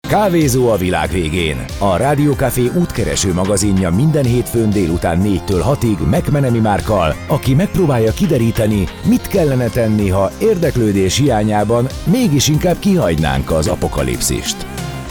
Kávézó a világ végén. A Rádió Café útkereső magazinja minden hétfőn délután 4-től 6-ig McMenemy Márkkal, aki megpróbálja kideríteni, mit kellene tenni, ha érdeklődés hiányában mégis inkább kihagynánk az apokalipszist.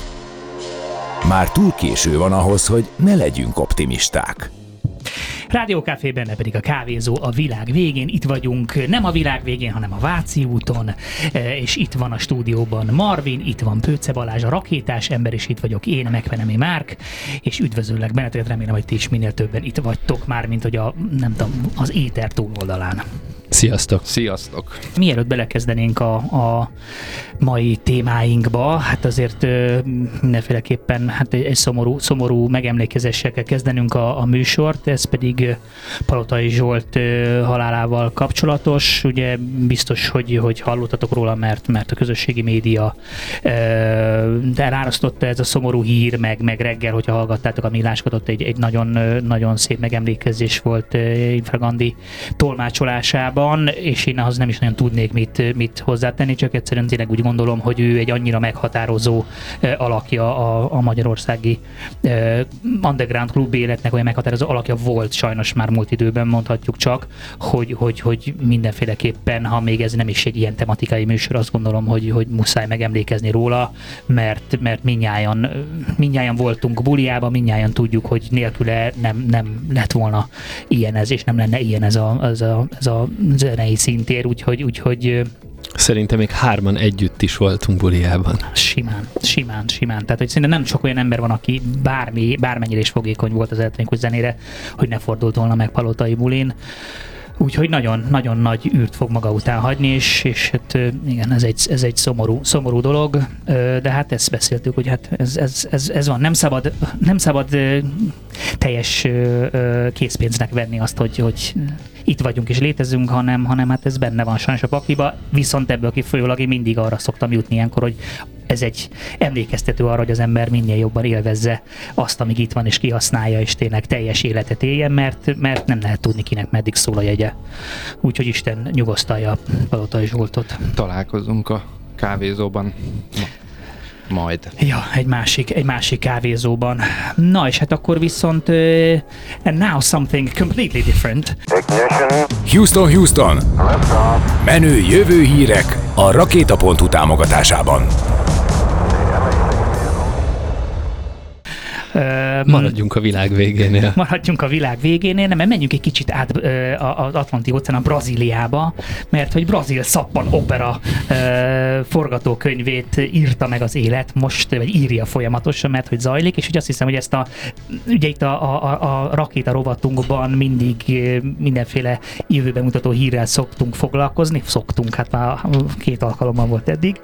Már túl késő van ahhoz, hogy ne legyünk optimisták. Rádió Café, benne pedig a kávézó a világ végén. Itt vagyunk, nem a világ végén, hanem a Váci úton, és itt van a stúdióban Marvin, itt van Pőce Balázs, a rakétás ember, és itt vagyok én, McMenemy Márk, és üdvözöllek benneteket, remélem, hogy ti is minél többen itt vagytok már, mint hogy az éter túloldalán. Sziasztok! Sziasztok! Mielőtt belekezdenénk a mai témáinkba, hát azért mindenféleképpen egy szomorú megemlékezéssel kell kezdenünk a műsort, ez pedig Palotai Zsolt halálával kapcsolatos. Ugye biztos, hogy hallottatok róla, mert a közösségi média de rárasztotta ez a szomorú hír, meg reggel, hogyha hallgattátok a Milláskodot, egy nagyon, nagyon szép megemlékezés volt Infragandi tolmácsolásában, és én ahhoz nem is nagyon tudnék mit hozzátenni, csak egyszerűen tényleg úgy gondolom, hogy ő egy annyira meghatározó alakja a magyarországi underground klub életnek, olyan meghatározó alakja volt sajnos már múlt időben, mondhatjuk csak, hogy mindenféleképpen, ha még ez nem is egy ilyen tematikai műsor, azt gondolom, hogy muszáj megemlékezni róla, mert mindnyájan voltunk buliában, mindnyájan tudjuk, hogy nélküle nem lett volna ilyen ez, és nem lenne ilyen ez a zenei szintér, úgyhogy szerintem még 3 együtt is voltunk buliában. Simán. Tehát, hogy szerintem nem sok olyan ember van, aki bármennyire is fogékony volt az elektronikus zenére, hogy ne fordult volna meg Palotai bulin. Úgyhogy nagyon nagy űrt fog maga után hagyni, és hát igen, ez egy szomorú dolog, de hát ezt beszéltük, hogy hát ez van. Nem szabad teljes készpénznek venni azt, hogy itt vagyunk és létezünk, hanem hát ez benne van sajnos a pakliba, viszont ebből kifolyólag én mindig arra szoktam jutni ilyenkor, hogy ez egy emlékeztető arra, hogy az ember minél jobban élvezze azt, amíg itt van, és kihasználja, és tényleg teljes életet éljen, mert nem lehet tudni, kinek meddig szól a jegye. Úgyhogy Isten nyugosztalja Palotai Zsoltot. Találkozunk a kávézóban majd. Ja, egy másik kávézóban. Na, és hát akkor viszont and now something completely different. Houston! Menő jövő hírek a Rakéta.hu támogatásában. Maradjunk a világ végénél. Nem, menjünk egy kicsit át az Atlanti-óceán, a Brazíliába, mert hogy Brazil Szappan opera forgatókönyvét írta meg az élet most, vagy írja folyamatosan, mert hogy zajlik, és ugye azt hiszem, hogy ugye itt a rakéta rovatunkban mindig mindenféle jövőben mutató hírrel szoktunk foglalkozni, hát már 2 alkalommal volt eddig,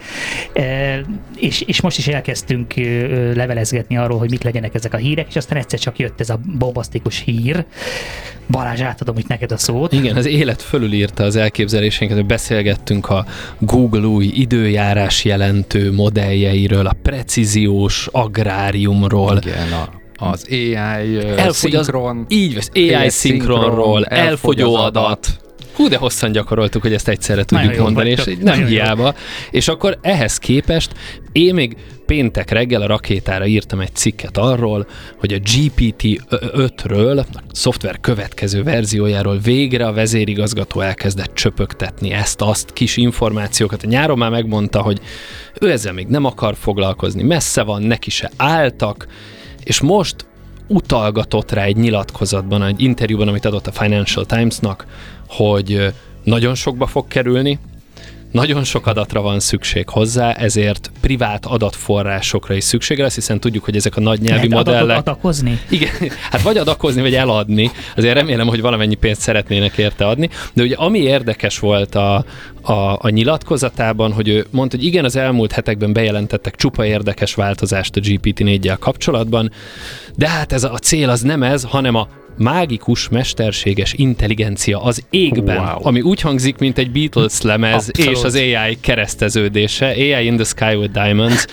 és most is elkezdtünk levelezgetni arról, hogy mik legyenek ezek a hírek, és aztán egyszer csak jött ez a bombasztikus hír. Balázs, átadom itt neked a szót. Igen, az élet fölülírta az elképzeléseinket, hogy beszélgettünk a Google új időjárás jelentő modelljeiről, a precíziós agráriumról. Igen, az AI szinkron. Így vesz, AI szinkronról, elfogyó adat. Hú, de hosszan gyakoroltuk, hogy ezt egyszerre tudjuk mondani, és nem hiába. És akkor ehhez képest én még péntek reggel a Rakétára írtam egy cikket arról, hogy a GPT-5-ről, a szoftver következő verziójáról végre a vezérigazgató elkezdett csöpögtetni ezt-azt, kis információkat. A nyáron már megmondta, hogy ő ezzel még nem akar foglalkozni, messze van, neki se álltak, és most utalgatott rá egy nyilatkozatban, egy interjúban, amit adott a Financial Times-nak, hogy nagyon sokba fog kerülni, nagyon sok adatra van szükség hozzá, ezért privát adatforrásokra is szükség lesz, hiszen tudjuk, hogy ezek a nagy nyelvi modellek... Adakozni? Igen, hát vagy adakozni, vagy eladni. Azért remélem, hogy valamennyi pénzt szeretnének érte adni. De ugye ami érdekes volt a nyilatkozatában, hogy ő mondta, hogy igen, az elmúlt hetekben bejelentettek csupa érdekes változást a GPT-4-jel kapcsolatban, de hát ez a cél az nem ez, hanem a mágikus, mesterséges intelligencia az égben, ami úgy hangzik, mint egy Beatles lemez. Abszolút. És az AI kereszteződése, AI in the sky with diamonds,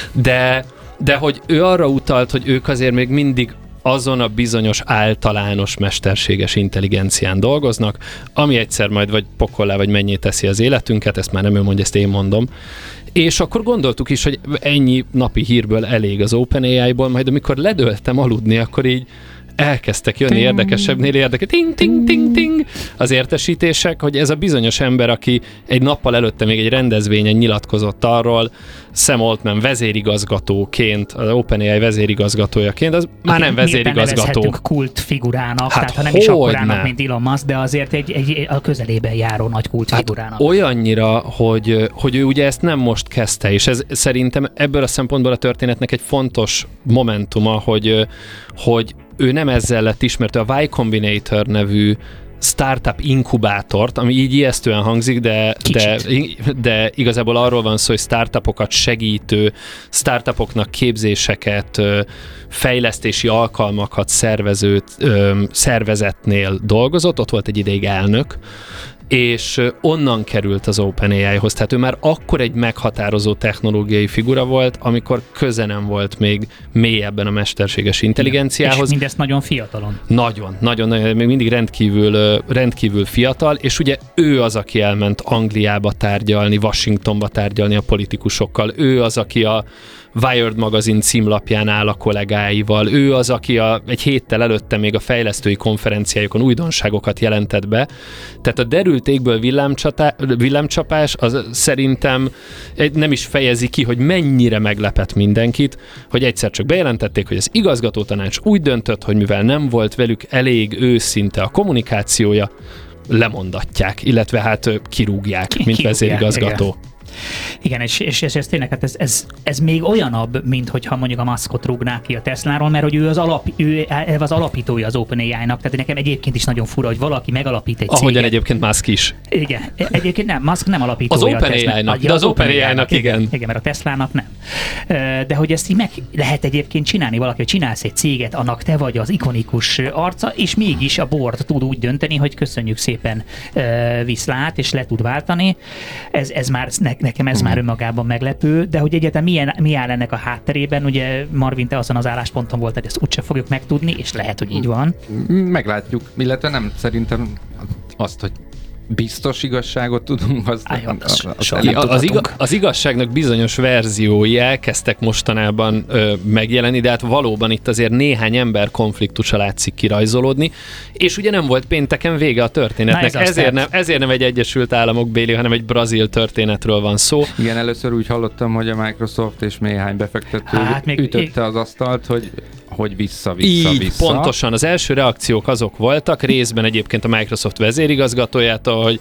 de hogy ő arra utalt, hogy ők azért még mindig azon a bizonyos általános mesterséges intelligencián dolgoznak, ami egyszer majd vagy pokollá, vagy mennyé teszi az életünket, ezt már nem ő mondja, ezt én mondom, És akkor gondoltuk is, hogy ennyi napi hírből elég az OpenAI-ból, majd amikor ledöltem aludni, akkor így elkezdtek jönni érdekesebbnél ting az értesítések, hogy ez a bizonyos ember, aki egy nappal előtte még egy rendezvényen nyilatkozott arról, Sam Altman vezérigazgatóként, az OpenAI vezérigazgatójaként, az már nem vezérigazgató. Kult figurának, tehát ha nem is akkorának, mint Elon Musk, de azért egy a közelében járó nagy kult figurának. Hát olyannyira, hogy ő ugye ezt nem most kezdte, és ez szerintem ebből a szempontból a történetnek egy fontos momentuma, hogy ő nem ezzel lett ismert, a Y Combinator nevű startup inkubátort, ami így ijesztően hangzik, de igazából arról van szó, hogy startupokat segítő, startupoknak képzéseket, fejlesztési alkalmakat szervező szervezetnél dolgozott, ott volt egy ideig elnök, és onnan került az OpenAI-hoz. Tehát ő már akkor egy meghatározó technológiai figura volt, amikor köze nem volt még mélyebben a mesterséges intelligenciához. És mindezt nagyon fiatalon. Nagyon, még mindig rendkívül fiatal, és ugye ő az, aki elment Angliába tárgyalni, Washingtonba tárgyalni a politikusokkal. Ő az, aki a Wired magazin címlapján áll a kollégáival. Ő az, aki egy héttel előtte még a fejlesztői konferenciájukon újdonságokat jelentett be. Tehát a derült égből villámcsapás az szerintem nem is fejezi ki, hogy mennyire meglepett mindenkit, hogy egyszer csak bejelentették, hogy az igazgatótanács úgy döntött, hogy mivel nem volt velük elég őszinte a kommunikációja, lemondatják, illetve hát kirúgják, mint vezérigazgató. Igen, és ez tényleg, hát ez még olyanabb, mint hogyha mondjuk a Muskot rúgnák ki a Tesláról, mert hogy ő az alapítója az OpenAI-nak, tehát nekem egyébként is nagyon fura, hogy valaki megalapít egy céget. Ahogyan egyébként Musk is. Igen, egyébként nem, Musk nem alapítója az OpenAI-nak, de az OpenAI-nak igen. Igen, mert a Teslának nem. De hogy ezt így meg lehet egyébként csinálni valaki, hogy csinálsz egy céget, annak te vagy az ikonikus arca, és mégis a board tud úgy dönteni, hogy köszönjük szépen viszlát, és le tud váltani. Ez már nekem ez már önmagában meglepő, de hogy egyáltalán mi áll ennek a hátterében, ugye Marvin, te azon az állásponton volt, hogy ezt úgyse fogjuk megtudni, és lehet, hogy így van. Meglátjuk, illetve nem szerintem azt, hogy biztos igazságot tudunk, az igazságnak bizonyos verziói elkezdtek mostanában megjelenni, de hát valóban itt azért néhány ember konfliktusa látszik kirajzolódni, és ugye nem volt pénteken vége a történetnek. Ezért nem egy Egyesült Államok béli, hanem egy brazil történetről van szó. Igen, először úgy hallottam, hogy a Microsoft és néhány befektető ütötte az asztalt, hogy vissza. Pontosan. Az első reakciók azok voltak, részben egyébként a Microsoft vezérigazgatójától, hogy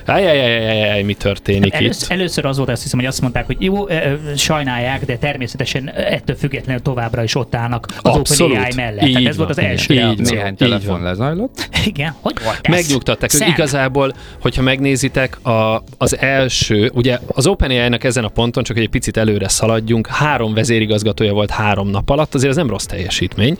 mi történik itt. Először az volt, azt hiszem, hogy azt mondták, hogy jó, sajnálják, de természetesen ettől függetlenül továbbra is ott állnak az OpenAI mellett. Tehát ez volt az első reakció. Néhány telefon lezajlott. Igen, hogy volt ez? Megnyugtatták. Igazából, hogyha megnézitek, az első, ugye az OpenAI-nak ezen a ponton, csak egy picit előre szaladjunk, 3 vezérigazgatója volt 3 nap alatt, azért ez nem rossz teljesítmény.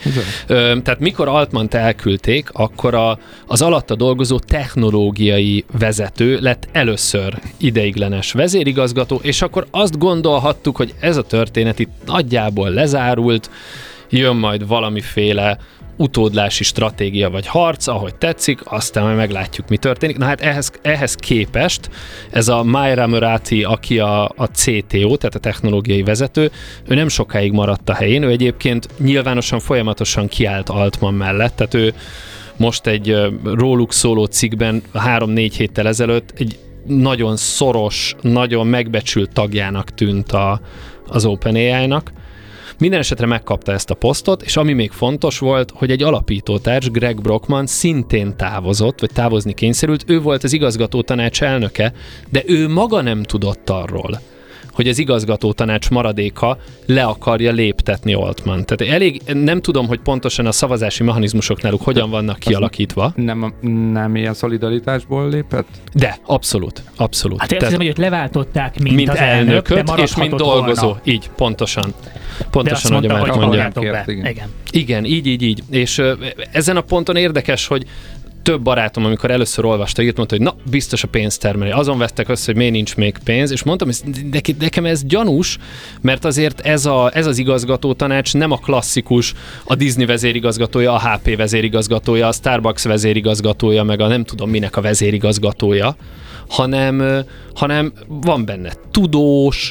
Tehát mikor Altmant elküldték, akkor az alatta dolgozó technológiai vezető lett először ideiglenes vezérigazgató, és akkor azt gondolhattuk, hogy ez a történet itt nagyjából lezárult, jön majd valamiféle utódlási stratégia vagy harc, ahogy tetszik, aztán majd meglátjuk, mi történik. Na hát ehhez képest ez a Maira Murati, aki a CTO, tehát a technológiai vezető, ő nem sokáig maradt a helyén, ő egyébként nyilvánosan folyamatosan kiállt Altman mellett, tehát ő most egy róluk szóló cikkben 3-4 héttel ezelőtt egy nagyon szoros, nagyon megbecsült tagjának tűnt az OpenAI-nak. Minden esetre megkapta ezt a posztot, és ami még fontos volt, hogy egy alapítótárs, Greg Brockman szintén távozott, vagy távozni kényszerült, ő volt az igazgatótanács elnöke, de ő maga nem tudott arról, hogy az igazgatótanács maradéka le akarja léptetni Altman. Tehát nem tudom, hogy pontosan a szavazási mechanizmusok náluk hogyan vannak kialakítva. Nem ilyen szolidaritásból lépett? De, abszolút. Hát azt hiszem, hogy őt leváltották, mint az elnököt, és mint dolgozó. Volna. Így, pontosan, ahogy már mondják. Igen, így. És ezen a ponton érdekes, hogy több barátom, amikor először olvasta, írt, mondta, hogy na, biztos a pénztermelés. Azon vesztek össze, hogy miért nincs még pénz, és mondtam, hogy nekem ez gyanús, mert azért ez az igazgatótanács nem a klasszikus, a Disney vezérigazgatója, a HP vezérigazgatója, a Starbucks vezérigazgatója, meg a nem tudom minek a vezérigazgatója, hanem van benne tudós,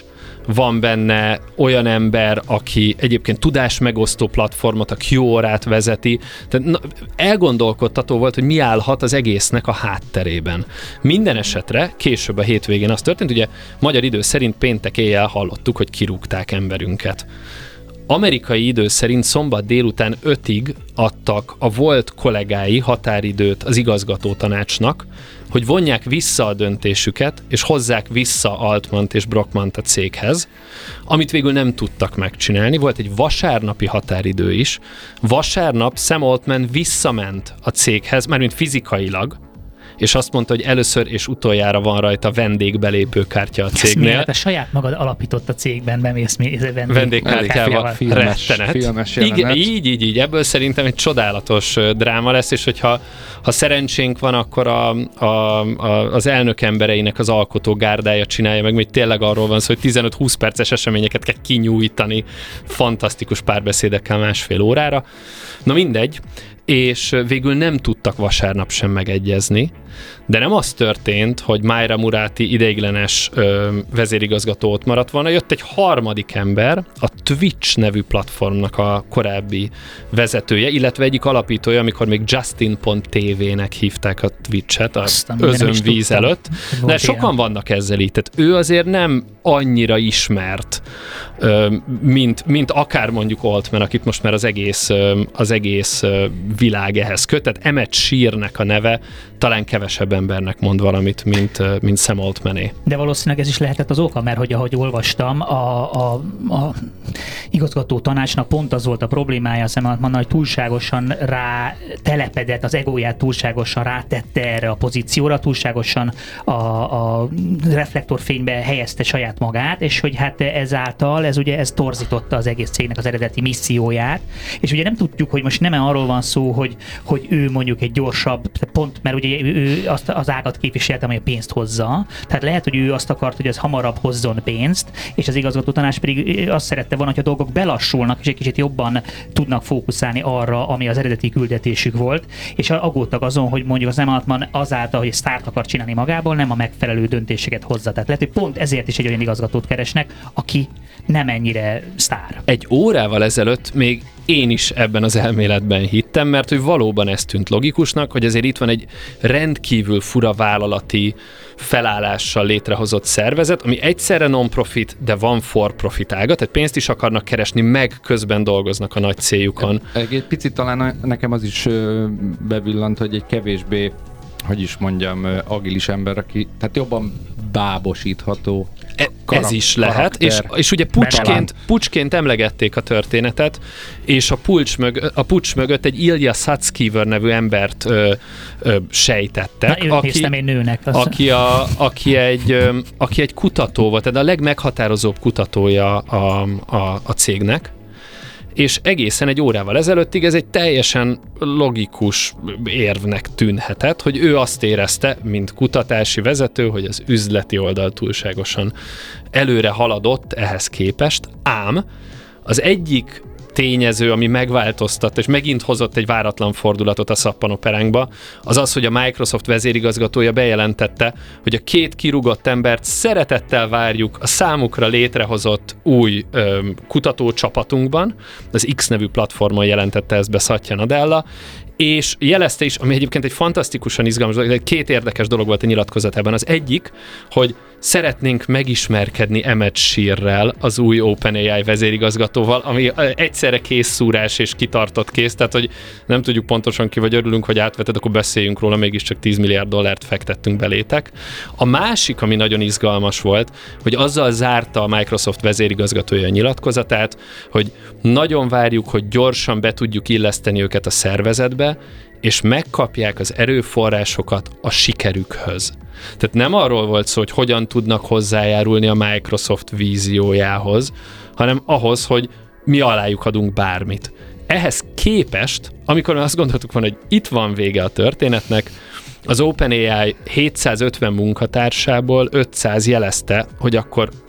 van benne olyan ember, aki egyébként tudásmegosztó platformot, a Quorát vezeti. Tehát elgondolkodtató volt, hogy mi állhat az egésznek a hátterében. Minden esetre később a hétvégén az történt, ugye magyar idő szerint péntek éjjel hallottuk, hogy kirúgták emberünket. Amerikai idő szerint szombat délután 5-ig adtak a volt kollégái határidőt az igazgatótanácsnak, hogy vonják vissza a döntésüket, és hozzák vissza Altmant és Brockmant a céghez, amit végül nem tudtak megcsinálni. Volt egy vasárnapi határidő is. Vasárnap Sam Altman visszament a céghez, mármint fizikailag, és azt mondta, hogy először és utoljára van rajta vendégbelépőkártya a cégnél. Te saját magad alapított a cégben, bemész vendégkártyával. Rettenet. Igen, így. Ebből szerintem egy csodálatos dráma lesz, és hogyha szerencsénk van, akkor az elnök embereinek az alkotógárdája csinálja meg, még tényleg arról van szó, hogy 15-20 perces eseményeket kell kinyújtani fantasztikus párbeszédekkel másfél órára. Na mindegy, és végül nem tudtak vasárnap sem megegyezni, de nem az történt, hogy Májra Muráti ideiglenes vezérigazgató ott maradt volna, jött egy harmadik ember, a Twitch nevű platformnak a korábbi vezetője, illetve egyik alapítója, amikor még Justin.tv-nek hívták a Twitch-et az özönvíz előtt, de sokan vannak ezzel így, tehát ő azért nem annyira ismert, mint akár mondjuk Altman, akit most már az egész világ ehhez köt, tehát Emmett Shearnek a neve talán kevesebb embernek mond valamit, mint Sam Altmané. De valószínűleg ez is lehetett az oka, mert hogy ahogy olvastam, a igazgató tanácsnak pont az volt a problémája, Sam Altman, hogy túlságosan rá telepedett, az egóját túlságosan rátette erre a pozícióra, túlságosan a reflektorfénybe helyezte saját magát, és hogy hát ezáltal ez torzította az egész cégnek az eredeti misszióját, és ugye nem tudjuk, hogy most nem arról van szó, hogy ő mondjuk egy gyorsabb, pont mert ugye ő azt az ágat képviselte, amely a pénzt hozza, tehát lehet, hogy ő azt akart, hogy ez hamarabb hozzon pénzt, és az igazgatótanács pedig azt szerette volna, hogy a dolgok belassulnak, és egy kicsit jobban tudnak fókuszálni arra, ami az eredeti küldetésük volt, és aggódtak azon, hogy mondjuk az Sam Altman azáltal, hogy sztárt akar csinálni magából, nem a megfelelő döntéseket hozza. Tehát lehet, hogy pont ezért is egy olyan igazgatót keresnek, aki nem ennyire sztár. Egy órával ezelőtt még én is ebben az elméletben hittem, mert hogy valóban ez tűnt logikusnak, hogy azért itt van egy rendkívül fura vállalati felállással létrehozott szervezet, ami egyszerre non-profit, de van for-profit ága, tehát pénzt is akarnak keresni, meg közben dolgoznak a nagy céljukon. Egy picit talán nekem az is bevillant, hogy egy kevésbé, hogy is mondjam, agilis ember, aki tehát jobban bábosítható. Ez is lehet, és ugye pucsként emlegették a történetet, és a pucs mögött egy Ilya Sutskever nevű embert sejtettek, aki egy kutató volt, tehát a legmeghatározóbb kutatója a cégnek, és egészen egy órával ezelőttig ez egy teljesen logikus érvnek tűnhetett, hogy ő azt érezte, mint kutatási vezető, hogy az üzleti oldal túlságosan előre haladott ehhez képest, ám az egyik tényező, ami megváltoztatta, és megint hozott egy váratlan fordulatot a szappanoperánkba, az az, hogy a Microsoft vezérigazgatója bejelentette, hogy a két kirúgott embert szeretettel várjuk a számukra létrehozott új kutatócsapatunkban, az X nevű platformon jelentette ezt be Satya Nadella, és jelezte is, ami egyébként egy fantasztikusan izgalmas dolog, két érdekes dolog volt a nyilatkozatában. Az egyik, hogy szeretnénk megismerkedni Emmett Shearrel, az új OpenAI vezérigazgatóval, ami egyszerre készszúrás és kitartott kész, tehát hogy nem tudjuk pontosan ki, vagy örülünk, hogy átveted, akkor beszéljünk róla, mégiscsak $10 milliárd fektettünk belétek. A másik, ami nagyon izgalmas volt, hogy azzal zárta a Microsoft vezérigazgatója a nyilatkozatát, hogy nagyon várjuk, hogy gyorsan be tudjuk illeszteni őket a szervezetbe, és megkapják az erőforrásokat a sikerükhöz. Tehát nem arról volt szó, hogy hogyan tudnak hozzájárulni a Microsoft víziójához, hanem ahhoz, hogy mi alájuk adunk bármit. Ehhez képest, amikor azt gondoltuk volna, hogy itt van vége a történetnek, az OpenAI 750 munkatársából 500 jelezte, hogy akkor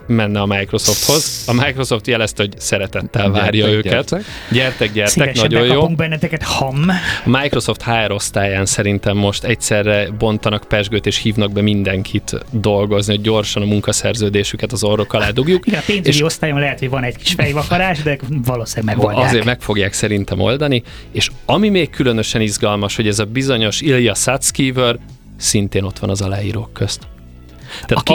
menne a Microsofthoz. A Microsoft jelezte, hogy szeretettel várja őket. Gyertek, szívesen nagyon jó. Bekapunk benneteket, ham. A Microsoft HR osztályán szerintem most egyszerre bontanak pezsgőt és hívnak be mindenkit dolgozni, hogy gyorsan a munkaszerződésüket az orrok alá dugjuk. Igen, a pénzügyi osztályon lehet, hogy van egy kis fejvakarás, de valószínűleg megoldják. Azért meg fogják szerintem oldani, és ami még különösen izgalmas, hogy ez a bizonyos Ilya Sutskever szintén ott van az aláírók közt. Tehát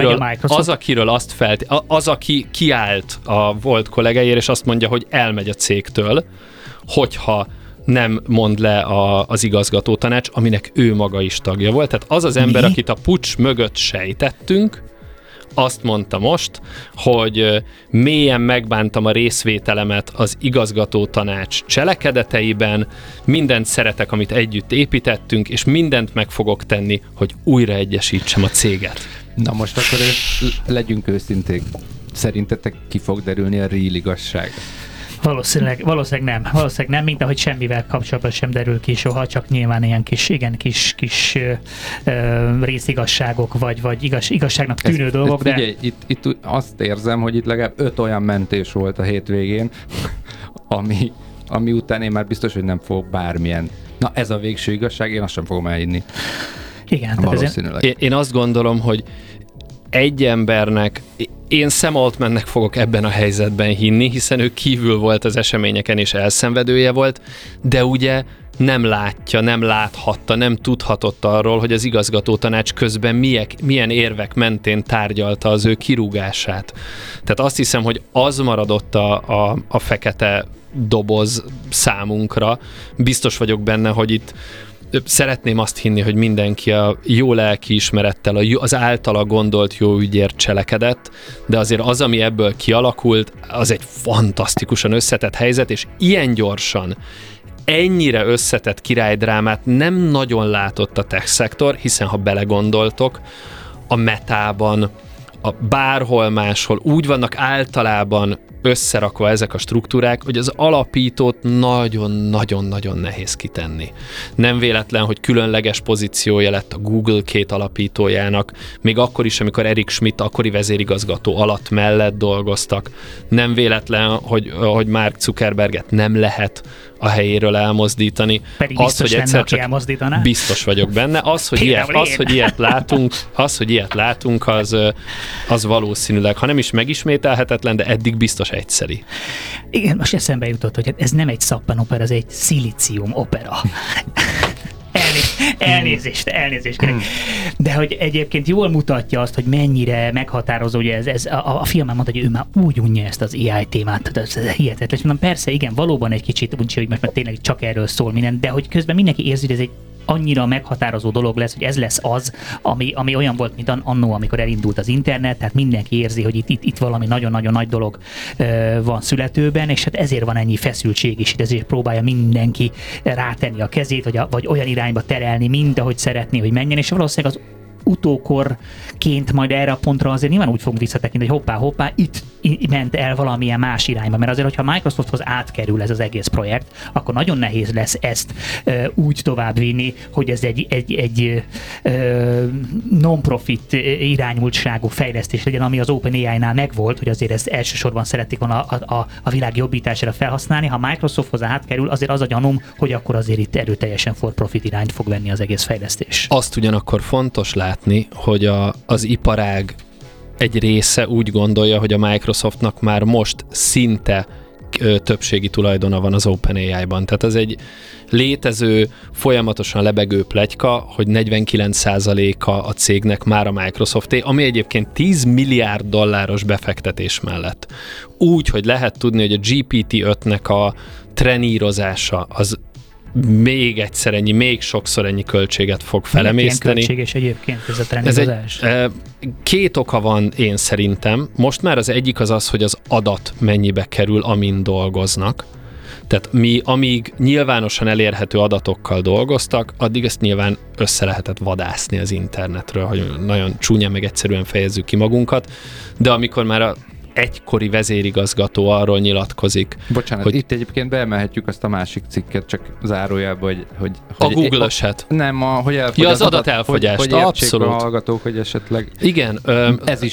az, aki kiállt a volt kollégáért, és azt mondja, hogy elmegy a cégtől, hogyha nem mond le az igazgatótanács, aminek ő maga is tagja volt. Tehát az az ember, akit a puccs mögött sejtettünk, azt mondta most, hogy mélyen megbántam a részvételemet az igazgatótanács cselekedeteiben, mindent szeretek, amit együtt építettünk, és mindent meg fogok tenni, hogy újra egyesítsem a céget. Na most akkor legyünk őszinték. Szerintetek ki fog derülni a real igazság? Valószínűleg nem, mint ahogy semmivel kapcsolatban sem derül ki soha, csak nyilván ilyen kis részigazságok, vagy igazságnak tűnő dolgok. Figyelj, itt azt érzem, hogy itt legalább 5 olyan mentés volt a hétvégén, ami után én már biztos, hogy nem fogok bármilyen. Na ez a végső igazság, én azt sem fogom elhinni. Igen, valószínűleg. Én azt gondolom, hogy egy embernek, én Sam Altmannek fogok ebben a helyzetben hinni, hiszen ő kívül volt az eseményeken és elszenvedője volt, de ugye nem látja, nem láthatta, nem tudhatott arról, hogy az igazgatótanács közben milyen érvek mentén tárgyalta az ő kirúgását. Tehát azt hiszem, hogy az maradott a fekete doboz számunkra. Biztos vagyok benne, hogy itt szeretném azt hinni, hogy mindenki a jó lelkiismerettel, az általa gondolt jó ügyért cselekedett, de azért az, ami ebből kialakult, az egy fantasztikusan összetett helyzet, és ilyen gyorsan, ennyire összetett királydrámát nem nagyon látott a tech szektor, hiszen ha belegondoltok, a Metában, a bárhol máshol úgy vannak általában összerakva ezek a struktúrák, hogy az alapítót nagyon-nagyon-nagyon nehéz kitenni. Nem véletlen, hogy különleges pozíciója lett a Google 2 alapítójának, még akkor is, amikor Eric Schmidt, akkori vezérigazgató alatt mellett dolgoztak. Nem véletlen, hogy Mark Zuckerberget nem lehet a helyéről elmozdítani. Pedig biztos lenne, aki elmozdítaná. Biztos vagyok benne. Az, hogy ilyet látunk, az valószínűleg, ha nem is megismételhetetlen, de eddig biztos egyszeri. Igen, most eszembe jutott, hogy ez nem egy szappanopera, ez egy szilícium opera. Elnézést. De hogy egyébként jól mutatja azt, hogy mennyire meghatározó, hogy ez a filmben mondta, hogy ő már úgy unja ezt az AI témát, ez hihetetlen. És mondom, persze, igen, valóban egy kicsit, úgyhogy most már tényleg csak erről szól minden, de hogy közben mindenki érzi, hogy ez egy annyira meghatározó dolog lesz, hogy ez lesz az, ami olyan volt, mint annó, amikor elindult az internet, tehát mindenki érzi, hogy itt valami nagyon-nagyon nagy dolog van születőben, és hát ezért van ennyi feszültség is, ezért próbálja mindenki rátenni a kezét, vagy olyan irányba terelni, mind ahogy szeretné, hogy menjen, és valószínűleg az utókorként majd erre a pontra azért nyilván úgy fogunk visszatekinteni, hogy hoppá, itt ment el valamilyen más irányba, mert azért, hogyha Microsofthoz átkerül ez az egész projekt, akkor nagyon nehéz lesz ezt úgy továbbvinni, hogy ez egy non-profit irányultságú fejlesztés legyen, ami az OpenAI-nál megvolt, hogy azért ezt elsősorban szerették volna a világ jobbítására felhasználni. Ha Microsofthoz átkerül, azért az a gyanúm, hogy akkor azért itt erőteljesen for-profit irányt fog venni az egész fejlesztés. Azt ugyanakkor fontos látni, hogy az iparág egy része úgy gondolja, hogy a Microsoftnak már most szinte többségi tulajdona van az OpenAI-ban. Tehát ez egy létező, folyamatosan lebegő pletyka, hogy 49%-a a cégnek már a Microsofté, ami egyébként $10 milliárd befektetés mellett. Úgy, hogy lehet tudni, hogy a GPT-5-nek a trenírozása az még egyszer ennyi, még sokszor ennyi költséget fog felemészteni. Milyen költséges egyébként ez a trenírozás? Két oka van én szerintem. Most már az egyik az, hogy az adat mennyibe kerül, amin dolgoznak. Tehát amíg nyilvánosan elérhető adatokkal dolgoztak, addig ezt nyilván össze lehetett vadászni az internetről, hogy nagyon csúnyán meg egyszerűen fejezzük ki magunkat, de amikor már a egykori vezérigazgató arról nyilatkozik. Bocsánat, hogy itt egyébként beemelhetjük azt a másik cikket, csak zárójelbe, hogy a Google-öset. Nem, hogy az adatelfogyást. Hogy abszolút. A hallgatók, hogy esetleg igen, ez is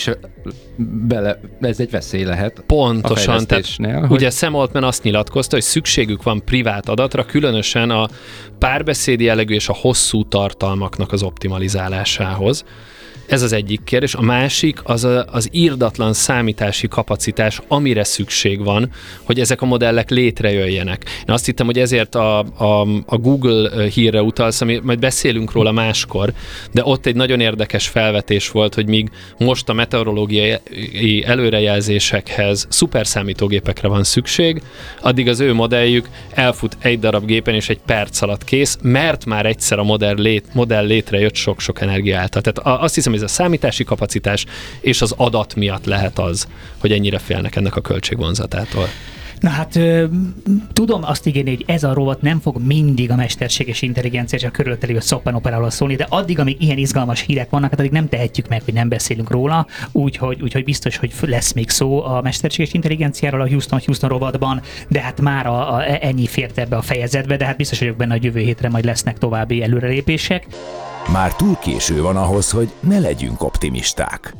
ez egy veszély lehet. Pontosan. Tehát, ugye Sam Altman azt nyilatkozta, hogy szükségük van privát adatra, különösen a párbeszédi jellegű és a hosszú tartalmaknak az optimalizálásához. Ez az egyik kérdés. A másik az irdatlan számítási kapacitás, amire szükség van, hogy ezek a modellek létrejöjjenek. Én azt hittem, hogy ezért a Google hírre utalsz, majd beszélünk róla máskor, de ott egy nagyon érdekes felvetés volt, hogy míg most a meteorológiai előrejelzésekhez szuperszámítógépekre van szükség, addig az ő modelljük elfut egy darab gépen és egy perc alatt kész, mert már egyszer a modell létrejött sok-sok energia által. Tehát azt hiszem, ez a számítási kapacitás és az adat miatt lehet az, hogy ennyire félnek ennek a költségvonzatától. Na hát tudom azt ígérni, hogy ez a rovat nem fog mindig a mesterséges intelligencia és a körülöttelő szoppanoperáról szólni, de addig, amíg ilyen izgalmas hírek vannak, hát addig nem tehetjük meg, hogy nem beszélünk róla, úgyhogy biztos, hogy lesz még szó a mesterséges intelligenciáról a Houston rovatban, de hát már ennyi fért ebbe a fejezetbe, de hát biztos vagyok benne, hogy jövő hétre majd lesznek további előrelépések. Már túl késő van ahhoz, hogy ne legyünk optimisták.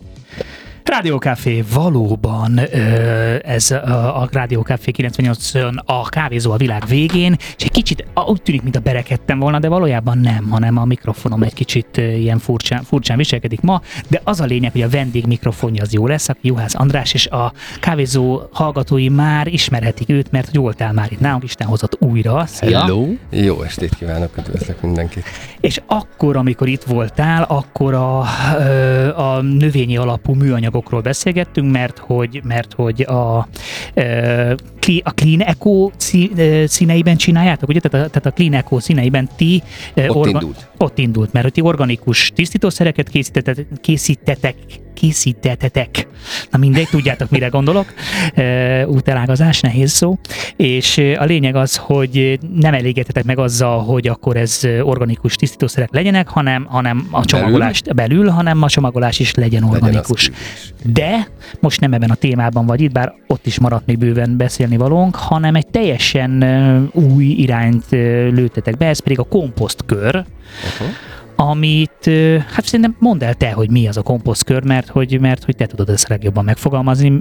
Rádiókafé valóban, ez a Rádiókafé 98-on a kávézó a világ végén, és egy kicsit úgy tűnik, mint a berekedtem volna, de valójában nem, hanem a mikrofonom egy kicsit ilyen furcsán viselkedik ma, de az a lényeg, hogy a vendég mikrofonja az jó lesz, aki Juhász András, és a kávézó hallgatói már ismerhetik őt, mert hogy voltál már itt nálunk, Isten hozott újra. Szia! Hello! Jó estét kívánok, üdvözlök mindenkit! És akkor, amikor itt voltál, akkor a növényi alapú műanyagokról beszélgettünk, mert hogy a Clean Eco színeiben csináljátok, ugye? Tehát a Clean Eco színeiben ti ott indult, mert hogy ti organikus tisztítószereket készítettetek. Na mindegy, tudjátok, mire gondolok. Útelágazás, nehéz szó. És a lényeg az, hogy nem elégedtetek meg azzal, hogy akkor ez organikus tisztítószerek legyenek, hanem a csomagolást belül, hanem a csomagolás is legyen organikus. De most nem ebben a témában vagy itt, bár ott is maradt még bőven beszélni valónk, hanem egy teljesen új irányt lőttetek be, ez pedig a komposztkör, amit, hát szerintem mondd el te, hogy mi az a komposztkör, mert hogy te tudod ezt legjobban megfogalmazni.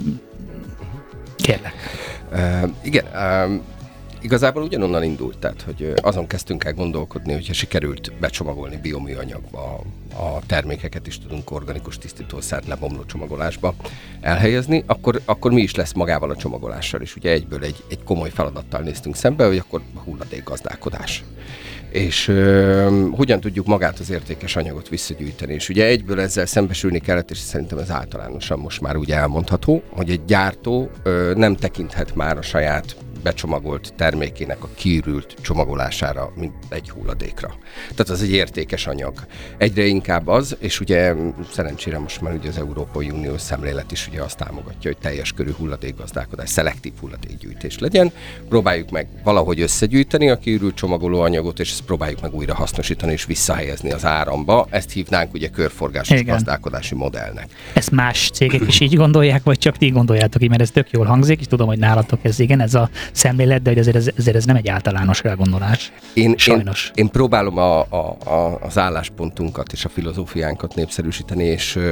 Kérlek. Igen, igazából ugyanonnan indult, tehát hogy azon kezdtünk el gondolkodni, hogyha sikerült becsomagolni bioműanyagba a termékeket is tudunk organikus tisztítószert lebomló csomagolásba elhelyezni, akkor mi is lesz magával a csomagolással, és ugye egyből egy komoly feladattal néztünk szembe, hogy akkor hulladékgazdálkodás. És hogyan tudjuk magát az értékes anyagot visszagyűjteni. És ugye egyből ezzel szembesülni kellett, és szerintem ez általánosan most már úgy elmondható, hogy egy gyártó nem tekinthet már a saját becsomagolt termékének a kiürült csomagolására, mint egy hulladékra. Tehát az egy értékes anyag. Egyre inkább az, és ugye szerencsére most már ugye az Európai Unió szemlélet is ugye azt támogatja, hogy teljes körű hulladékgazdálkodás, szelektív hulladékgyűjtés legyen. Próbáljuk meg valahogy összegyűjteni a kiürült csomagolóanyagot, és ezt próbáljuk meg újra hasznosítani és visszahelyezni az áramba. Ezt hívnánk ugye körforgásos gazdálkodási modellnek. Ezt más cégek is így gondolják, vagy csak ti gondoljátok így, mert ez tök jól hangzik, és tudom, hogy nálatok ez igen, ez a szemlélet, de hogy azért ez nem egy általános elgondolás. Sajnos. Én próbálom az álláspontunkat és a filozófiánkat népszerűsíteni,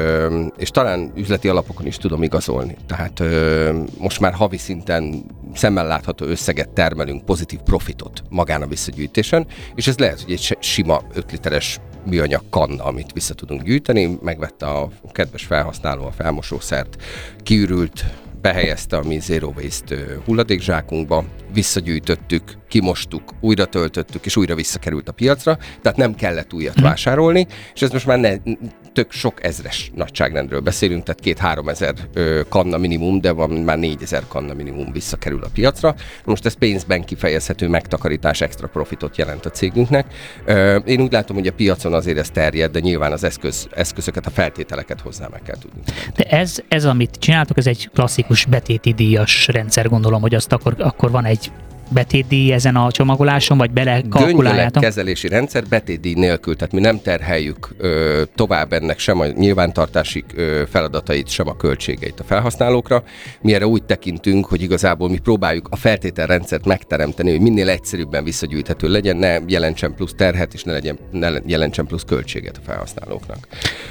és talán üzleti alapokon is tudom igazolni. Tehát most már havi szinten szemmel látható összeget termelünk, pozitív profitot magán a visszagyűjtésen, és ez lehet, hogy egy sima 5 literes műanyag kanna, amit vissza tudunk gyűjteni, megvette a kedves felhasználó a felmosószert, kiürült, behelyezte a mi Zero Waste hulladékzsákunkba, visszagyűjtöttük, kimostuk, újra töltöttük, és újra visszakerült a piacra, tehát nem kellett újat vásárolni, és ez most már tök sok ezres nagyságrendről beszélünk, tehát 2-3 ezer kanna minimum, de van már 4000 kanna minimum visszakerül a piacra. Most ez pénzben kifejezhető megtakarítás, extra profitot jelent a cégünknek. Én úgy látom, hogy a piacon azért ez terjed, de nyilván az eszközöket, a feltételeket hozzá meg kell tudni. De ez amit csináltok, ez egy klasszikus betéti díjas rendszer, gondolom, hogy azt akkor van egy betétdíj ezen a csomagoláson, vagy belekalkuláljátok? Kezelési rendszer betétdíj nélkül, tehát mi nem terheljük tovább ennek sem a nyilvántartási feladatait, sem a költségeit a felhasználókra. Mi erre úgy tekintünk, hogy igazából mi próbáljuk a feltételrendszert megteremteni, hogy minél egyszerűbben visszagyűjthető legyen, ne jelentsen plusz terhet, és ne jelentsen plusz költséget a felhasználóknak.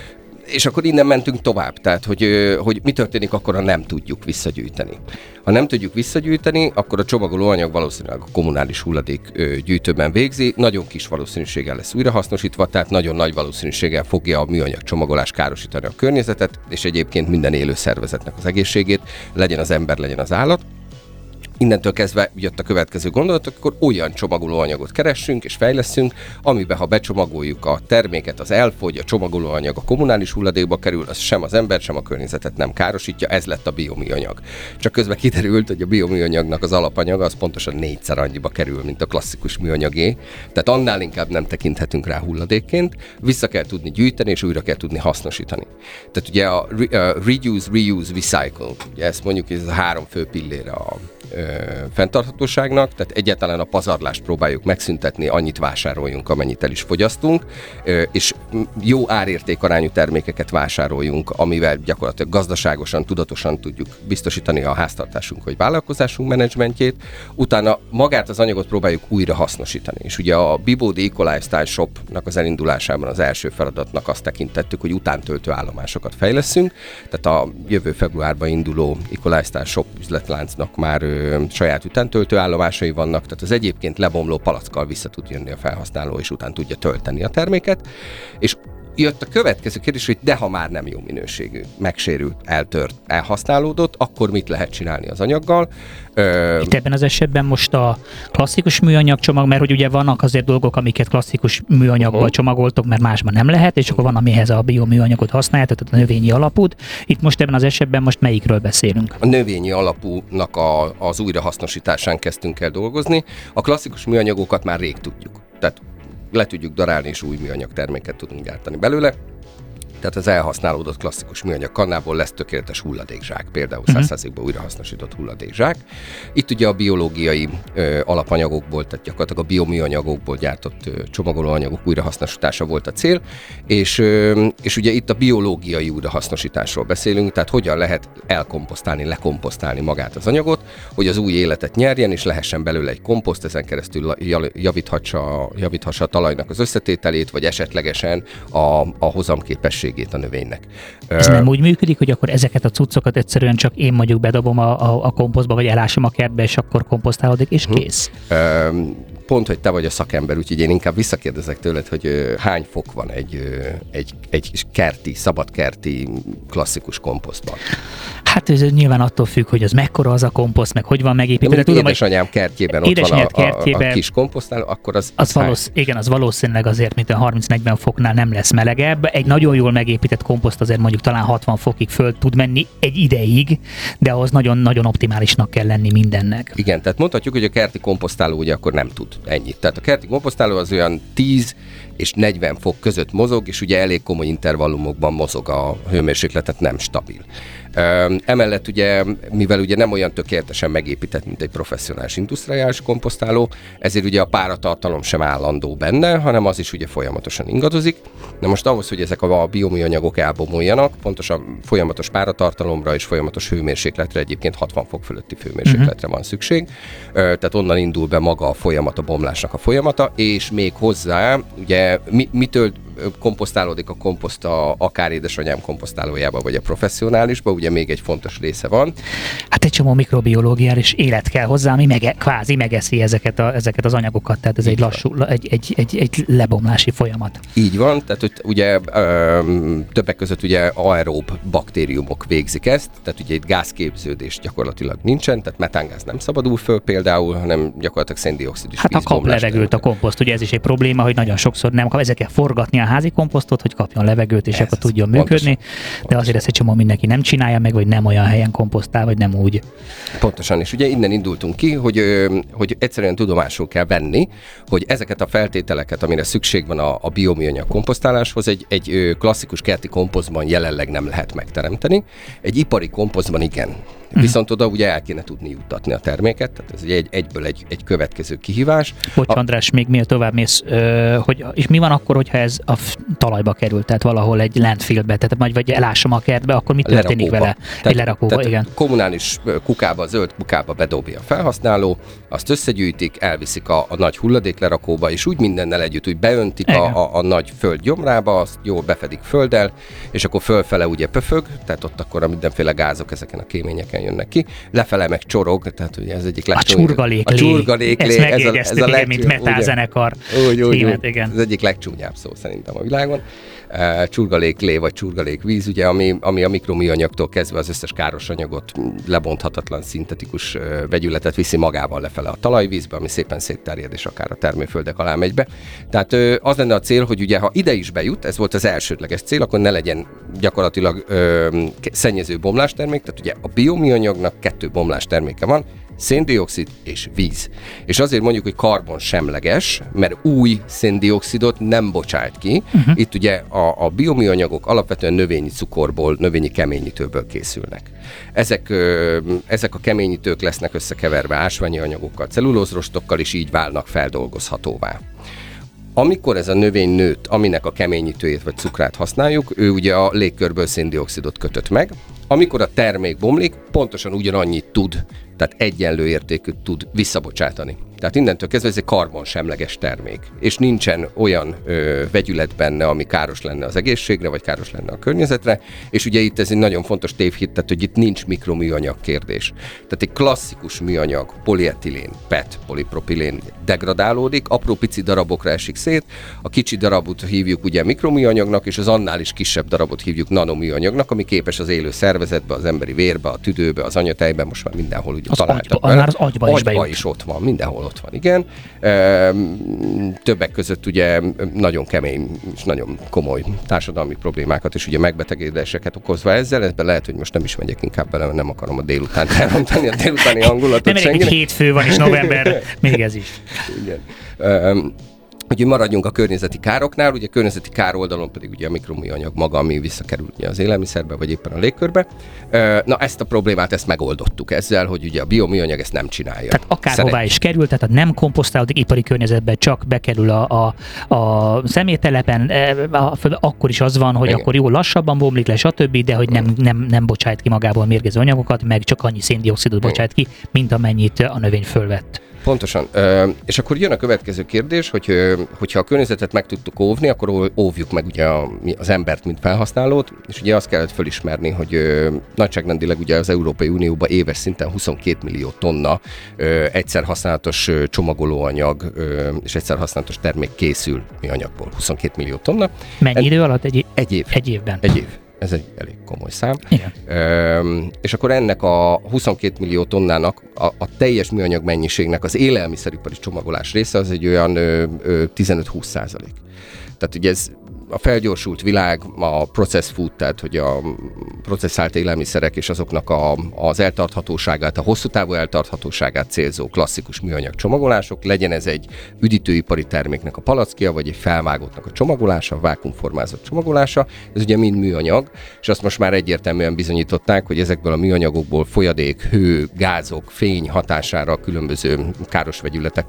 És akkor innen mentünk tovább, tehát hogy mi történik akkor, ha nem tudjuk visszagyűjteni. Ha nem tudjuk visszagyűjteni, akkor a csomagolóanyag valószínűleg a kommunális hulladék gyűjtőben végzi, nagyon kis valószínűséggel lesz újrahasznosítva, tehát nagyon nagy valószínűséggel fogja a műanyag csomagolás károsítani a környezetet, és egyébként minden élő szervezetnek az egészségét, legyen az ember, legyen az állat. Innentől kezdve jött a következő gondolat, akkor olyan csomagolóanyagot keressünk és fejleszünk, amiben ha becsomagoljuk a terméket, az elfogy, a csomagolóanyag a kommunális hulladékba kerül, az sem az ember, sem a környezetet nem károsítja, ez lett a bioműanyag. Csak közben kiderült, hogy a bioműanyagnak az alapanyaga az pontosan 4-szer annyiba kerül, mint a klasszikus műanyagé, tehát annál inkább nem tekinthetünk rá hulladékként, vissza kell tudni gyűjteni és újra kell tudni hasznosítani. Tehát ugye a reduce, reuse, recycle, ugye ezt mondjuk, ez a 3 fő pillére a fenntarthatóságnak, tehát egyáltalán a pazarlást próbáljuk megszüntetni, annyit vásároljunk, amennyit el is fogyasztunk, és jó árértékarányú termékeket vásároljunk, amivel gyakorlatilag gazdaságosan, tudatosan tudjuk biztosítani a háztartásunk vagy vállalkozásunk menedzsmentjét, utána magát az anyagot próbáljuk újra hasznosítani. És ugye a Bibódi Ecolifestyle Shopnak az elindulásában az első feladatnak azt tekintettük, hogy utántöltő állomásokat fejleszünk, tehát a jövő februárban induló Ecolifestyle Shop üzletláncnak már saját utántöltő állomásai vannak, tehát az egyébként lebomló palackkal vissza tud jönni a felhasználó, és után tudja tölteni a terméket. És jött a következő kérdés, hogy de ha már nem jó minőségű, megsérült, eltört, elhasználódott, akkor mit lehet csinálni az anyaggal? Itt ebben az esetben most a klasszikus műanyag csomag, mert hogy ugye vannak azért dolgok, amiket klasszikus műanyagból csomagoltok, mert másban nem lehet, és akkor van, amihez a bioműanyagot használják, tehát a növényi alapút. Itt most ebben az esetben most melyikről beszélünk? A növényi alapúnak az újrahasznosításán kezdtünk el dolgozni. A klasszikus műanyagokat már rég tudjuk. Tehát le tudjuk darálni, és új műanyag terméket tudunk gyártani belőle. Tehát az elhasználódott klasszikus műanyag kannából lesz tökéletes hulladékzsák, például 100%-ban újrahasznosított hulladékzsák. Itt ugye a biológiai alapanyagokból, tehát gyakorlatilag a bioműanyagokból gyártott csomagolóanyagok újrahasznosítása volt a cél, és ugye itt a biológiai újrahasznosításról beszélünk, tehát hogyan lehet elkomposztálni, lekomposztálni magát az anyagot, hogy az új életet nyerjen, és lehessen belőle egy komposzt, ezen keresztül javíthassa a talajnak az összetételét, vagy esetlegesen a hozamképességét a növénynek. Ez nem úgy működik, hogy akkor ezeket a cuccokat egyszerűen csak én mondjuk bedobom a komposztba, vagy elásom a kertbe, és akkor komposztálódik, és kész? Pont, hogy te vagy a szakember, úgyhogy én inkább visszakérdezek tőled, hogy hány fok van egy kerti, szabadkerti klasszikus komposztban? Hát ez nyilván attól függ, hogy az mekkora az a komposzt, meg hogy van megépítve. Tudom, édesanyám kertjében ott van a kis komposztáló, akkor az igen, az valószínűleg azért, mint a 30-40 foknál nem lesz melegebb. Egy nagyon jól megépített komposzt azért mondjuk talán 60 fokig föl tud menni egy ideig, de ahhoz nagyon-nagyon optimálisnak kell lenni mindennek. Igen, tehát mondhatjuk, hogy a kerti komposztáló ugye akkor nem tud ennyit. Tehát a kerti komposztáló az olyan 10 és 40 fok között mozog, és ugye elég komoly intervallumokban mozog a hőmérsékletet, nem stabil. Emellett ugye, mivel ugye nem olyan tökéletesen megépített, mint egy professzionális industriális komposztáló, ezért ugye a páratartalom sem állandó benne, hanem az is ugye folyamatosan ingadozik. Na most ahhoz, hogy ezek a bioműanyagok elbomoljanak, pontosan folyamatos páratartalomra és folyamatos hőmérsékletre, egyébként 60 fok fölötti hőmérsékletre van szükség. Tehát onnan indul be maga a folyamat, a bomlásnak a folyamata, és még hozzá, ugye mitől komposztálódik a komposzt akár édesanyám komposztálójába, vagy a professzionálisba, ugye még egy fontos része van. Hát egy csomó mikrobiológiális élet kell hozzá, ami kvázi megeszi ezeket az anyagokat, tehát ez egy lassú, egy lebomlási folyamat. Így van, tehát hogy ugye többek között ugye aerób baktériumok végzik ezt, tehát ugye itt gázképződés gyakorlatilag nincsen, tehát metángáz nem szabadul föl például, hanem gyakorlatilag széndioxid is vízbomlás. Hát a kap levegőt a komposzt, ugye ez is egy probléma, hogy nagyon sokszor nem kap, ezeket forgatni a házi komposztot, hogy kapjon levegőt, és akkor tudjon működni, de azért ezt egy csomó mindenki nem csinálja meg, vagy nem olyan helyen komposztál, vagy nem úgy. Pontosan, és ugye innen indultunk ki, hogy egyszerűen tudomásul kell venni, hogy ezeket a feltételeket, amire szükség van a bioműanyag komposztáláshoz, egy klasszikus kerti komposztban jelenleg nem lehet megteremteni. Egy ipari komposztban igen. Viszont oda ugye el kéne tudni juttatni a terméket, tehát ez egyből egy következő kihívás. András, még miért tovább mész, és mi van akkor, hogyha ez a talajba kerül, tehát valahol egy landfillbe, tehát vagy elásom a kertbe, akkor mi történik vele? Egy lerakóba, igen. Kommunális kukába, zöld kukába bedobja a felhasználó, azt összegyűjtik, elviszik a nagy hulladéklerakóba, és úgy mindennel együtt úgy beöntik a nagy föld gyomrába, azt jól befedik földdel, és akkor fölfele ugye pöfög, tehát ott akkor a mindenféle gázok ezeken a kéményeken jönnek ki, lefele meg csorog, tehát ugye ez egyik csurgaléklé. Ezt megégyeztük, mint metálzenekar. Igen. Ez egyik legcsúnyább szó szerintem a világon. Csurgaléklé vagy csurgalékvíz, ugye, ami a mikroműanyagtól kezdve az összes káros anyagot, lebonthatatlan szintetikus vegyületet viszi magával lefele a talajvízbe, ami szépen szétterjed, és akár a termőföldek alá megy be. Tehát az lenne a cél, hogy ugye ha ide is bejut, ez volt az elsődleges cél, akkor ne legyen gyakorlatilag szennyező bomlástermék, tehát ugye a bioműanyagnak 2 bomlásterméke van, széndioxid és víz. És azért mondjuk, hogy karbonsemleges, mert új széndioxidot nem bocsájt ki. Itt ugye a bioműanyagok alapvetően növényi cukorból, növényi keményítőből készülnek. Ezek a keményítők lesznek összekeverve ásványi anyagokkal, cellulózrostokkal, és így válnak feldolgozhatóvá. Amikor ez a növény nőtt, aminek a keményítőjét vagy cukrát használjuk, ő ugye a légkörből széndioxidot kötött meg. Amikor a termék bomlik, pontosan ugyanannyit tud, tehát egyenlő értékűt tud visszabocsátani. Tehát innentől kezdve ez egy karbonsemleges termék, és nincsen olyan vegyület benne, ami káros lenne az egészségre, vagy káros lenne a környezetre, és ugye itt ez egy nagyon fontos tévhit, tehát hogy itt nincs mikroműanyag kérdés. Tehát egy klasszikus műanyag, polietilén, PET, polipropilén degradálódik, apró pici darabokra esik szét, a kicsi darabot hívjuk ugye mikroműanyagnak, és az annál is kisebb darabot hívjuk nanoműanyagnak, ami képes az élő szervezetbe, az emberi vérbe, a tüdőbe, az anyatejben, most már mindenhol ugye találtak. Már az agyba is ott van, mindenhol ott van, igen. Többek között ugye nagyon kemény és nagyon komoly társadalmi problémákat és ugye megbetegedéseket okozva ezzel, ebben lehet, hogy most nem is megyek inkább bele, mert nem akarom a délutánt elrontani, a délutáni hangulatot. Nem egy hétfő van és november, még ez is. Igen. Úgyhogy maradjunk a környezeti károknál, ugye a környezeti kár oldalon pedig ugye a mikroműanyag maga, ami visszakerül ugye az élelmiszerbe, vagy éppen a légkörbe. Na ezt a problémát megoldottuk ezzel, hogy ugye a bioműanyag ezt nem csinálja. Tehát akárhová is kerül, tehát nem komposztálódik ipari környezetbe, csak bekerül a szeméttelepen, akkor is az van, hogy igen, akkor jó lassabban bomlik le, stb., de hogy nem bocsájt ki magából mérgező anyagokat, meg csak annyi széndioxidot bocsájt ki, mint amennyit a növény fölvett. Pontosan. És akkor jön a következő kérdés, hogyha a környezetet meg tudtuk óvni, akkor óvjuk meg ugye az embert, mint felhasználót, és ugye azt kellett fölismerni, hogy nagyságrendileg ugye az Európai Unióban éves szinten 22 millió tonna egyszerhasználatos csomagolóanyag és egyszerhasználatos termék készül műanyagból. 22 millió tonna. Mennyi idő alatt? Egy év. Egy évben. Egy év. Ez egy elég komoly szám. Igen. És akkor ennek a 22 millió tonnának a teljes műanyag mennyiségnek az élelmiszeripari csomagolás része az egy olyan 15-20%. Tehát ugye ez a felgyorsult világ, a processed food, tehát hogy a processzált élelmiszerek és azoknak az eltarthatóságát, a hosszú távú eltarthatóságát célzó klasszikus műanyag csomagolások, legyen ez egy üdítőipari terméknek a palackja, vagy egy felvágottnak a csomagolása, vákuumformázott csomagolása, ez ugye mind műanyag, és azt most már egyértelműen bizonyították, hogy ezekből a műanyagokból folyadék, hő, gázok, fény hatására különböző káros vegyületek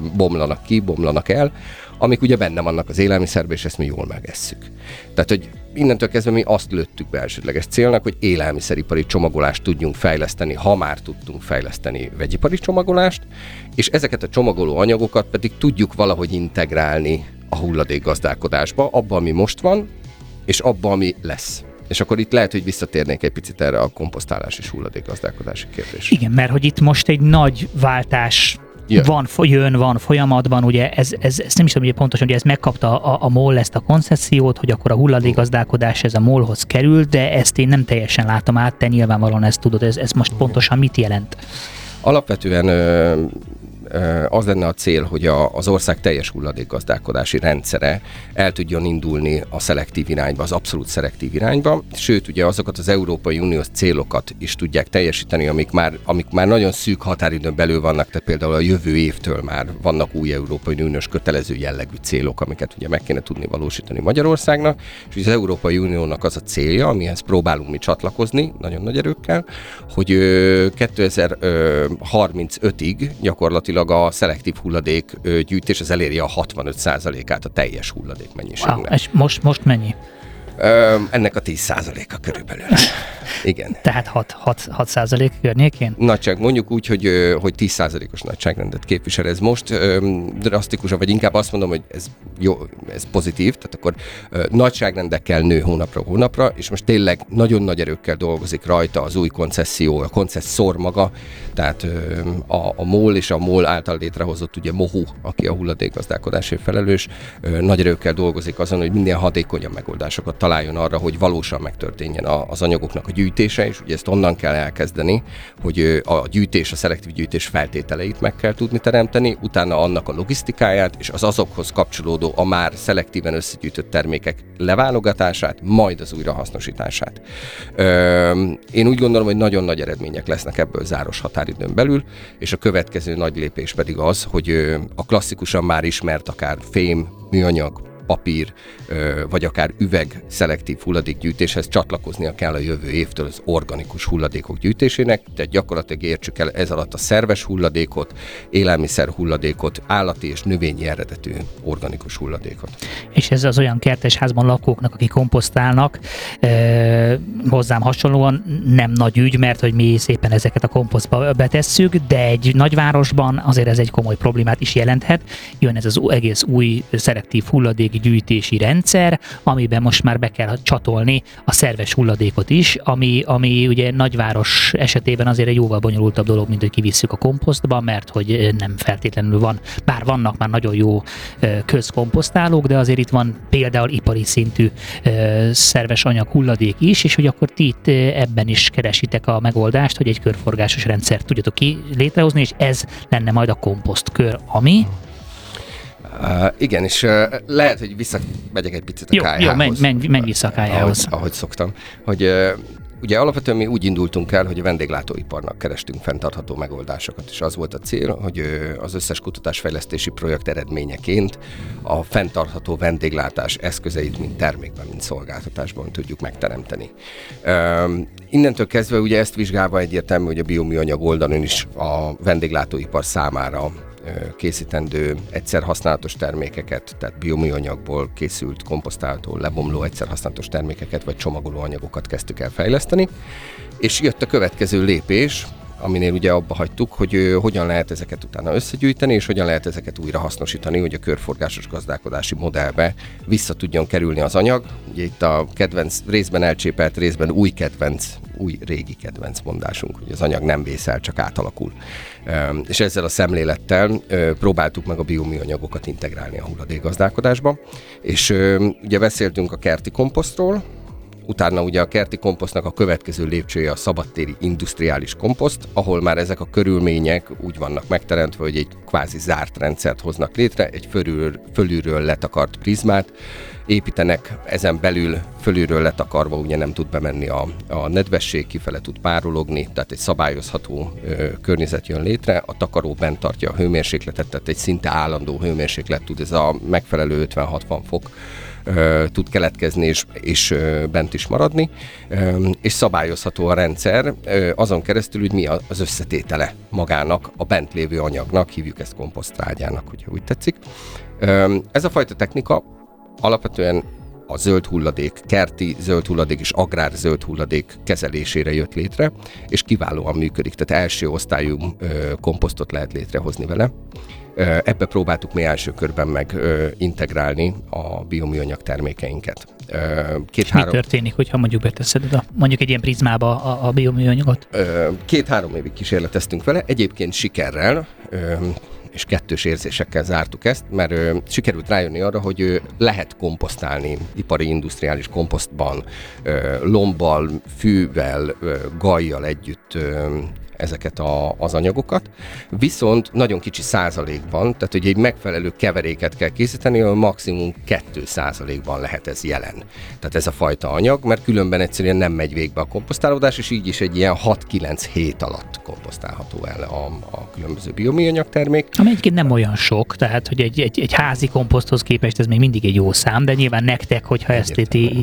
bomlanak el, amik ugye benne vannak az élelmiszerben, és ezt mi jól megesszük. Tehát, hogy innentől kezdve mi azt lőttük be elsődleges célnak, hogy élelmiszeripari csomagolást tudjunk fejleszteni, ha már tudtunk fejleszteni vegyipari csomagolást, és ezeket a csomagoló anyagokat pedig tudjuk valahogy integrálni a hulladékgazdálkodásba, abba, ami most van, és abba, ami lesz. És akkor itt lehet, hogy visszatérnék egy picit erre a komposztálás és hulladékgazdálkodási kérdésre. Igen, mert hogy itt most egy nagy váltás van folyamatban, ugye ezt nem is tudom, hogy pontosan, hogy ez megkapta a MOL ezt a koncessziót, hogy akkor a hulladékgazdálkodás ez a MOL-hoz kerül, de ezt én nem teljesen látom át, te nyilvánvalóan ezt tudod, ez most pontosan mit jelent? Alapvetően az lenne a cél, hogy az ország teljes hulladékgazdálkodási rendszere el tudjon indulni a szelektív irányba, az abszolút szelektív irányba, sőt ugye azokat az Európai Uniós célokat is tudják teljesíteni, amik már nagyon szűk határidőn belül vannak, tehát például a jövő évtől már vannak új Európai Uniós kötelező jellegű célok, amiket ugye meg kéne tudni valósítani Magyarországnak, és az Európai Uniónak az a célja, amihez próbálunk mi csatlakozni, nagyon nagy erőkkel, hogy 2035-ig gyakorlatilag a szelektív hulladék gyűjtés az elérje a 65%-át a teljes hulladék mennyiségnek. Wow, és most mennyi? Ennek a 10%-a körülbelül. Igen. Tehát 6% környékén? Nagyság, mondjuk úgy, hogy 10%-os nagyságrendet képvisel ez most. Drasztikusan, vagy inkább azt mondom, hogy ez jó, ez pozitív, tehát akkor nagyságrendekkel nő hónapról hónapra, és most tényleg nagyon nagy erőkkel dolgozik rajta az új koncesszó, a koncesszor maga, tehát a MOL és a MOL által létrehozott ugye MOHU, aki a hulladékgazdálkodásért felelős, nagy erőkkel dolgozik azon, hogy minél hatékonyabb megoldásokat találjon arra, hogy valósan megtörténjen az anyagoknak a gyűjtése, és ugye ezt onnan kell elkezdeni, hogy a szelektív gyűjtés feltételeit meg kell tudni teremteni, utána annak a logisztikáját, és az azokhoz kapcsolódó a már szelektíven összegyűjtött termékek leválogatását, majd az újrahasznosítását. Én úgy gondolom, hogy nagyon nagy eredmények lesznek ebből záros határidőn belül, és a következő nagy lépés pedig az, hogy a klasszikusan már ismert akár fém, műanyag, papír, vagy akár üveg szelektív hulladékgyűjtéshez csatlakoznia kell a jövő évtől az organikus hulladékok gyűjtésének, tehát gyakorlatilag értsük el ez alatt a szerves hulladékot, élelmiszer hulladékot, állati és növényi eredetű organikus hulladékot. És ez az olyan kertesházban lakóknak, akik komposztálnak, hozzám hasonlóan nem nagy ügy, mert hogy mi szépen ezeket a komposztba betesszük, de egy nagyvárosban azért ez egy komoly problémát is jelenthet. Jön ez az egész új szelektív hulladékgyűjtési rendszer, amiben most már be kell csatolni a szerves hulladékot is, ami ugye nagyváros esetében azért egy jóval bonyolultabb dolog, mint hogy kivisszük a komposztba, mert hogy nem feltétlenül van, bár vannak már nagyon jó közkomposztálók, de azért itt van például ipari szintű szerves anyag hulladék is, és hogy akkor ti itt ebben is keresitek a megoldást, hogy egy körforgásos rendszert tudjatok létrehozni, és ez lenne majd a komposztkör, ami... Igen, és lehet, hogy visszamegyek egy picit a kályhához. Jó, menj vissza a kályhához. Ahogy szoktam. Hogy ugye alapvetően mi úgy indultunk el, hogy a vendéglátóiparnak kerestünk fenntartható megoldásokat, és az volt a cél, hogy az összes kutatásfejlesztési projekt eredményeként a fenntartható vendéglátás eszközeit mind termékben, mind szolgáltatásban tudjuk megteremteni. Innentől kezdve ugye ezt vizsgálva egyértelmű, hogy a bioműanyag oldalon is a vendéglátóipar számára készítendő egyszerhasználatos termékeket, tehát bioműanyagból készült, komposztálható, lebomló egyszerhasználatos termékeket vagy csomagoló anyagokat kezdtük el fejleszteni, és jött a következő lépés, aminél ugye abba hagytuk, hogy hogyan lehet ezeket utána összegyűjteni, és hogyan lehet ezeket újra hasznosítani, hogy a körforgásos gazdálkodási modellbe vissza tudjon kerülni az anyag. Ugye itt a kedvenc, részben elcsépelt, részben új régi kedvenc mondásunk, hogy az anyag nem vészel, csak átalakul. És ezzel a szemlélettel próbáltuk meg a bioműanyagokat integrálni a hulladékgazdálkodásba, és ugye beszéltünk a kerti komposztról, utána ugye a kerti komposztnak a következő lépcsője a szabadtéri industriális komposzt, ahol már ezek a körülmények úgy vannak megteremtve, hogy egy kvázi zárt rendszert hoznak létre, egy fölülről letakart prizmát építenek, ezen belül fölülről letakarva ugye nem tud bemenni a nedvesség, kifele tud párologni, tehát egy szabályozható környezet jön létre, a takaró bent tartja a hőmérsékletet, tehát egy szinte állandó hőmérséklet tud, ez a megfelelő 50-60 fok tud keletkezni és bent is maradni, és szabályozható a rendszer azon keresztül, hogy mi az összetétele magának, a bent lévő anyagnak, hívjuk ezt komposzttrágyának, hogyha úgy tetszik. Ez a fajta technika alapvetően a zöld hulladék, kerti zöld hulladék és agrár zöld hulladék kezelésére jött létre, és kiválóan működik, tehát első osztályú komposztot lehet létrehozni vele. Ebbe próbáltuk mi első körben meg integrálni a bioműanyag termékeinket. Mi történik, hogyha mondjuk beteszed mondjuk egy ilyen prizmába a bioműanyagot? 2-3 évig kísérleteztünk vele, egyébként sikerrel, és kettős érzésekkel zártuk ezt, mert sikerült rájönni arra, hogy lehet komposztálni ipari industriális komposztban, lombbal, fűvel, gajjal együtt ezeket az anyagokat, viszont nagyon kicsi százalékban, tehát hogy egy megfelelő keveréket kell készíteni, ahol maximum 2%-ban lehet ez jelen. Tehát ez a fajta anyag, mert különben egyszerűen nem megy végbe a komposztálódás, és így is egy ilyen 6-9 hét alatt komposztálható el a különböző bioműanyag termék. Ami egyébként nem olyan sok, tehát hogy egy házi komposzthoz képest ez még mindig egy jó szám, de nyilván nektek, hogyha ezt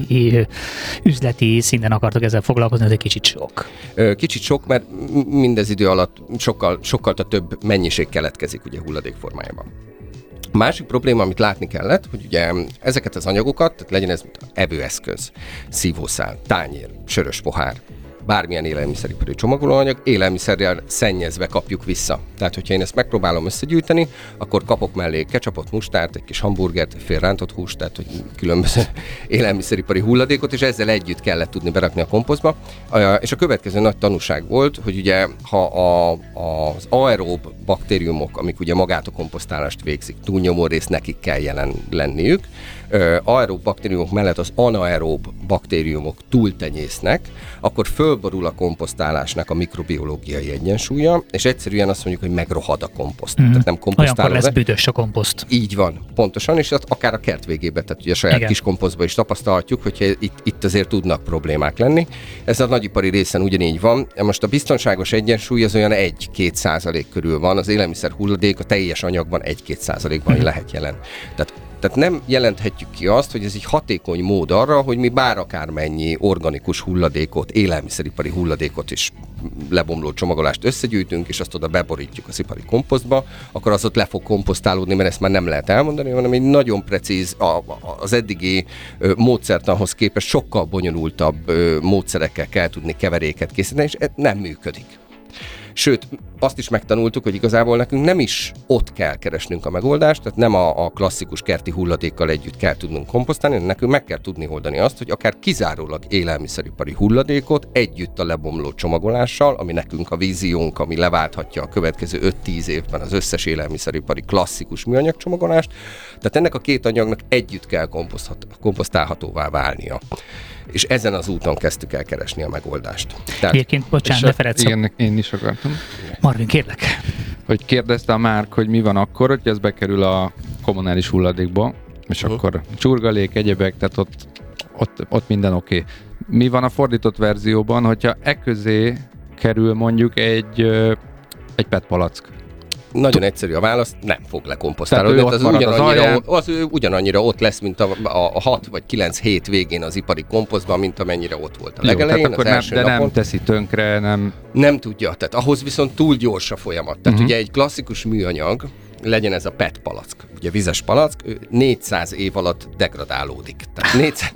üzleti szinten akartok ezzel foglalkozni, ez egy kicsit sok. Kicsit sok, mert mindez idő alatt sokkal több mennyiség keletkezik ugye hulladék formájában. A másik probléma, amit látni kellett, hogy ugye ezeket az anyagokat, tehát legyen ez evőeszköz, szívószál, tányér, sörös pohár, bármilyen élelmiszeripari csomagolóanyag, élelmiszerrel szennyezve kapjuk vissza. Tehát, hogyha én ezt megpróbálom összegyűjteni, akkor kapok mellé ketchupot, mustárt, egy kis hamburgert, egy fél rántott húst, tehát hogy különböző élelmiszeripari hulladékot, és ezzel együtt kellett tudni berakni a komposztba. És a következő nagy tanúság volt, hogy ugye, ha az aerób baktériumok, amik ugye magát a komposztálást végzik, túlnyomó rész nekik kell jelen lenniük, aerób baktériumok mellett az anaerób baktériumok túltenyésznek, akkor fölborul a komposztálásnak a mikrobiológiai egyensúlya, és egyszerűen azt mondjuk, hogy megrohad a komposzt. Tehát nem komposztálódik. Olyankor lesz büdös a komposzt. Így van, pontosan, és akár a kert végében, tehát ugye a saját kis komposztban is tapasztalhatjuk, hogyha itt azért tudnak problémák lenni. Ez a nagyipari részen ugyanígy van. Most a biztonságos egyensúly az olyan 1-2% körül van, az élelmiszer hulladék a teljes anyagban 1-2%-ban lehet jelen. Tehát nem jelenthetjük ki azt, hogy ez egy hatékony mód arra, hogy mi bár akármennyi organikus hulladékot, élelmiszeripari hulladékot is lebomló csomagolást összegyűjtünk, és azt oda beborítjuk az ipari komposztba, akkor az ott le fog komposztálódni, mert ezt már nem lehet elmondani, hanem egy nagyon precíz, az eddigi módszertanhoz képest sokkal bonyolultabb módszerekkel kell tudni keveréket készíteni, és ez nem működik. Sőt, azt is megtanultuk, hogy igazából nekünk nem is ott kell keresnünk a megoldást, tehát nem a klasszikus kerti hulladékkal együtt kell tudnunk komposztálni, hanem nekünk meg kell tudni oldani azt, hogy akár kizárólag élelmiszeripari hulladékot együtt a lebomló csomagolással, ami nekünk a víziónk, ami leválthatja a következő 5-10 évben az összes élelmiszeripari klasszikus műanyag csomagolást, tehát ennek a két anyagnak együtt kell komposztálhatóvá válnia. És ezen az úton kezdtük el keresni a megoldást. Egyébként, bocsánat, de Ferenc. Igen, én is akartam. Marvin, kérlek. Hogy kérdezte a Márk, hogy mi van akkor, hogy ez bekerül a kommunális hulladékba, és akkor csurgalék, egyebek, tehát ott minden oké. Mi van a fordított verzióban, hogyha közé kerül mondjuk egy PET palack? Nagyon egyszerű a válasz, nem fog lekomposztálódni. Az ugyanannyira ott lesz, mint a 6 vagy 9 hét végén az ipari komposztban, mint amennyire ott volt a legelején. Jó, az nem teszi tönkre, nem tudja, tehát ahhoz viszont túl gyors a folyamat. Tehát ugye egy klasszikus műanyag, legyen ez a PET palack, ugye vizes palack, 400 év alatt degradálódik. Tehát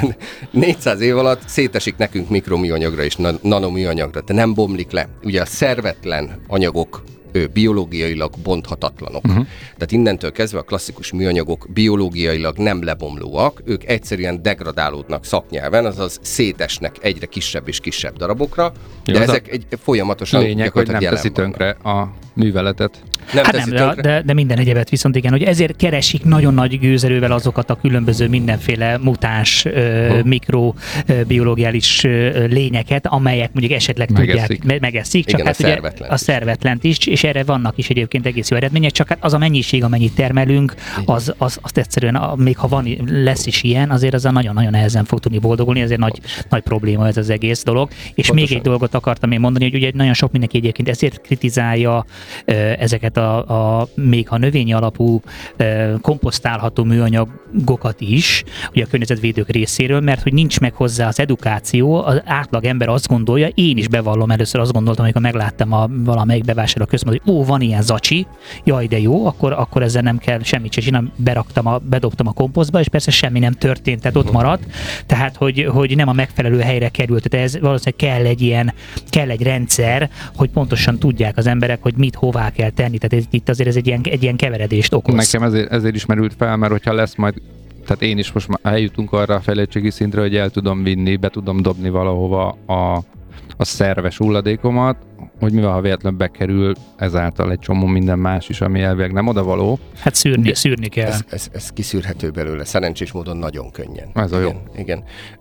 400 év alatt szétesik nekünk mikroműanyagra és nanoműanyagra, de nem bomlik le. Ugye a szervetlen anyagok biológiailag bonthatatlanok. Tehát innentől kezdve a klasszikus műanyagok biológiailag nem lebomlóak, ők egyszerűen degradálódnak szaknyelven, azaz szétesnek egyre kisebb és kisebb darabokra, de ezek egy folyamatosan lényeg, hogy nem teszi tönkre a műveletet. De minden egyebet viszont igen, hogy ezért keresik nagyon nagy gőzerővel azokat a különböző mindenféle mutáns mikrobiológiális lényeket, amelyek mondjuk esetleg megeszik, csak igen, hát ugye a szervetlent is, és erre vannak is egyébként egész jó eredmények, csak hát az a mennyiség, amennyit termelünk, azt egyszerűen, még ha lesz is ilyen, azért azzal nagyon-nagyon nehezen fog tudni boldogulni, ezért nagy probléma ez az egész dolog. És pontosan. Még egy dolgot akartam én mondani, hogy ugye nagyon sok mindenki egyébként ezért kritizálja ezeket még ha növényi alapú komposztálható műanyagokat is, ugye a környezetvédők részéről, mert hogy nincs meg hozzá az edukáció, az átlag ember azt gondolja, én is bevallom, először azt gondoltam, amikor megláttam valamelyik bevásárlóközpontban, hogy van ilyen zacsi, jaj de jó, akkor ezzel nem kell semmit se csinálni, bedobtam a komposztba, és persze semmi nem történt, tehát ott maradt, tehát hogy nem a megfelelő helyre került, tehát ez valószínűleg kell egy rendszer, hogy pontosan tudják az emberek, hogy mit hová kell tenni, tehát itt azért ez egy ilyen keveredést okoz. Nekem ezért is merült fel, mert hogyha lesz majd, tehát én is most már eljutunk arra a fejlettségi szintre, hogy el tudom vinni, be tudom dobni valahova a szerves hulladékomat, hogy mivel ha véletlenül bekerül ezáltal egy csomó minden más is, ami elvileg nem odavaló. Hát szűrni kell. Ez kiszűrhető belőle, szerencsés módon nagyon könnyen. Ez a jó. Igen.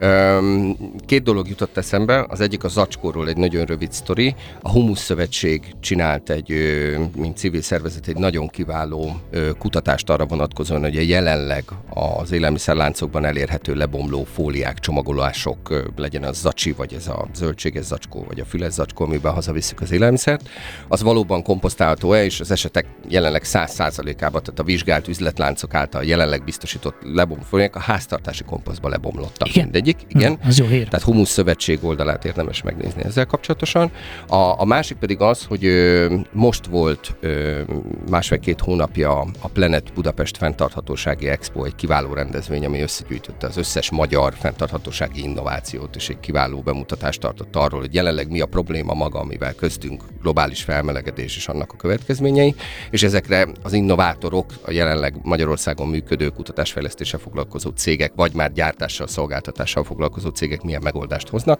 Két dolog jutott eszembe, az egyik a zacskóról egy nagyon rövid sztori. A Humusz Szövetség csinált mint civil szervezet, egy nagyon kiváló kutatást arra vonatkozóan, hogy a jelenleg az élelmiszerláncokban elérhető lebomló fóliák, csomagolások, legyen az zacsi, vagy ez a zöldséges zacskó, vagy a füles zacskó, amiben hazavisszük az élelmiszert, az valóban komposztálható-e, és az esetek jelenleg 100%-ában, tehát a vizsgált üzletláncok által jelenleg biztosított lebomló fóliák a háztartási komposztba lebomlottak. Igen? Mindegyik, igen. Az jó hír. Tehát Humusz Szövetség oldalát érdemes megnézni ezzel kapcsolatosan. A másik pedig az, hogy most volt 1,5-2 hónapja a Planet Budapest Fenntarthatósági Expo, egy kiváló rendezvény, ami összegyűjtötte az összes magyar fenntarthatósági innovációt, és egy kiváló bemutatást tartott arról, hogy jelenleg mi a probléma maga, amivel köztünk globális felmelegedés és annak a következményei, és ezekre az innovátorok, a jelenleg Magyarországon működő kutatásfejlesztéssel foglalkozó cégek, vagy már gyártással, szolgáltatással foglalkozó cégek milyen megoldást hoznak.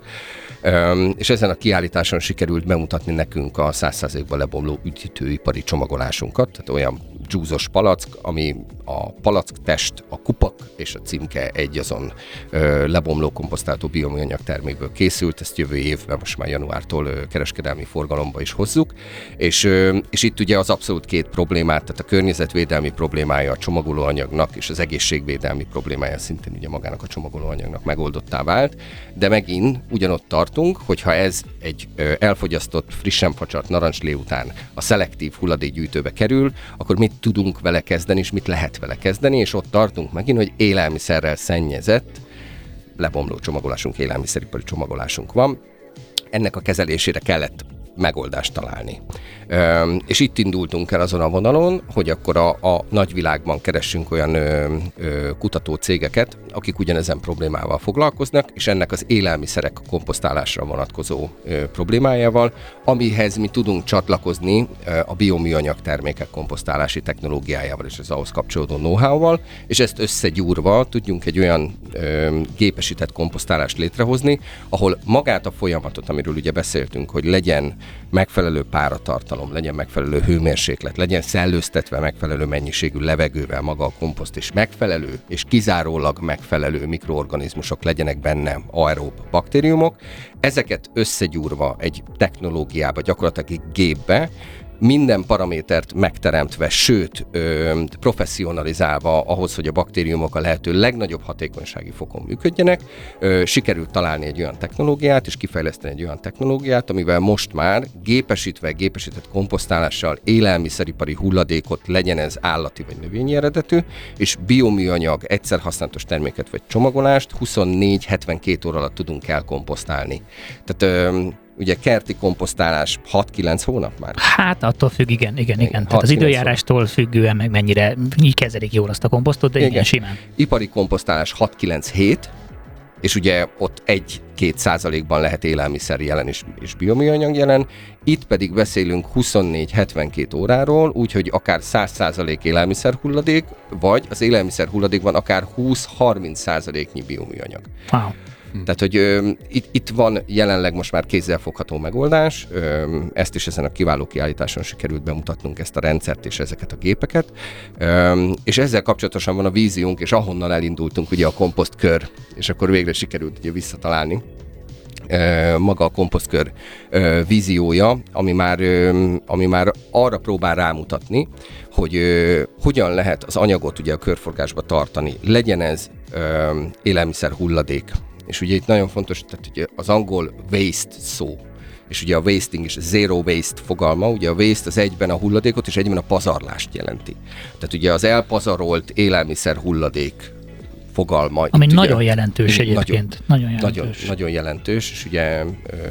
És ezen a kiállításon sikerült bemutatni nekünk a 100%-ban lebomló üdítőipari csomagolásunkat, tehát olyan dzsúzos palack, ami a palacktest, a kupak és a címke egyazon lebomló komposztálható bioműanyag termékből készült, ezt jövő évben, most már januártól kereskedelmi forgalomba is hozzuk, és itt ugye az abszolút két problémát, tehát a környezetvédelmi problémája a csomagolóanyagnak, és az egészségvédelmi problémája szintén ugye magának a csomagolóanyagnak megoldottá vált, de megint ugyanott tartunk, hogyha ez egy elfogyasztott, frissen facsart narancslé után a szelektív hulladékgyűjtőbe kerül, akkor mit tudunk vele kezdeni, és mit lehet vele kezdeni, és ott tartunk megint, hogy élelmiszerrel szennyezett lebomló csomagolásunk, élelmiszeripari csomagolásunk van. Ennek a kezelésére kellett megoldást találni. És itt indultunk el azon a vonalon, hogy akkor a nagyvilágban keressünk olyan kutató cégeket, akik ugyanezen problémával foglalkoznak, és ennek az élelmiszerek komposztálásra vonatkozó problémájával, amihez mi tudunk csatlakozni a bioműanyag termékek komposztálási technológiájával és az ahhoz kapcsolódó know-how-val, és ezt összegyúrva tudjunk egy olyan gépesített komposztálást létrehozni, ahol magát a folyamatot, amiről ugye beszéltünk, hogy legyen megfelelő páratartalom, legyen megfelelő hőmérséklet, legyen szellőztetve megfelelő mennyiségű levegővel maga a komposzt, és megfelelő és kizárólag megfelelő mikroorganizmusok legyenek benne, aerób baktériumok. Ezeket összegyúrva egy technológiába, gyakorlatilag egy gépbe, minden paramétert megteremtve, sőt, professzionalizálva ahhoz, hogy a baktériumok a lehető legnagyobb hatékonysági fokon működjenek, sikerült találni egy olyan technológiát, és kifejleszteni egy olyan technológiát, amivel most már gépesített komposztálással élelmiszeripari hulladékot, legyen ez állati vagy növényi eredetű, és bioműanyag, egyszerhasználatos terméket vagy csomagolást 24-72 óra alatt tudunk elkomposztálni. Tehát ugye kerti komposztálás 6-9 hónap már? Hát attól függ, igen. Tehát az időjárástól függően meg mennyire így kezelik jól azt a komposztot, de igen, simán. Ipari komposztálás 6-9 hét, és ugye ott 1-2% lehet élelmiszer jelen és bioműanyag jelen, itt pedig beszélünk 24-72 óráról, úgyhogy akár 100% élelmiszer hulladék, vagy az élelmiszer hulladékban akár 20-30%-nyi bioműanyag. Wow. Tehát, hogy itt van jelenleg most már kézzelfogható megoldás, ezt is ezen a kiváló kiállításon sikerült bemutatnunk, ezt a rendszert és ezeket a gépeket, és ezzel kapcsolatosan van a víziónk, és ahonnan elindultunk ugye a komposztkör, és akkor végre sikerült ugye visszatalálni maga a komposztkör víziója, ami már arra próbál rámutatni, hogy hogyan lehet az anyagot ugye a körforgásba tartani, legyen ez élelmiszer hulladék. És ugye itt nagyon fontos, tehát ugye az angol waste szó, és ugye a wasting és zero waste fogalma, ugye a waste az egyben a hulladékot és egyben a pazarlást jelenti. Tehát ugye az elpazarolt élelmiszer hulladék fogalma. Ami nagyon ugye, jelentős egyébként. Nagyon jelentős, és ugye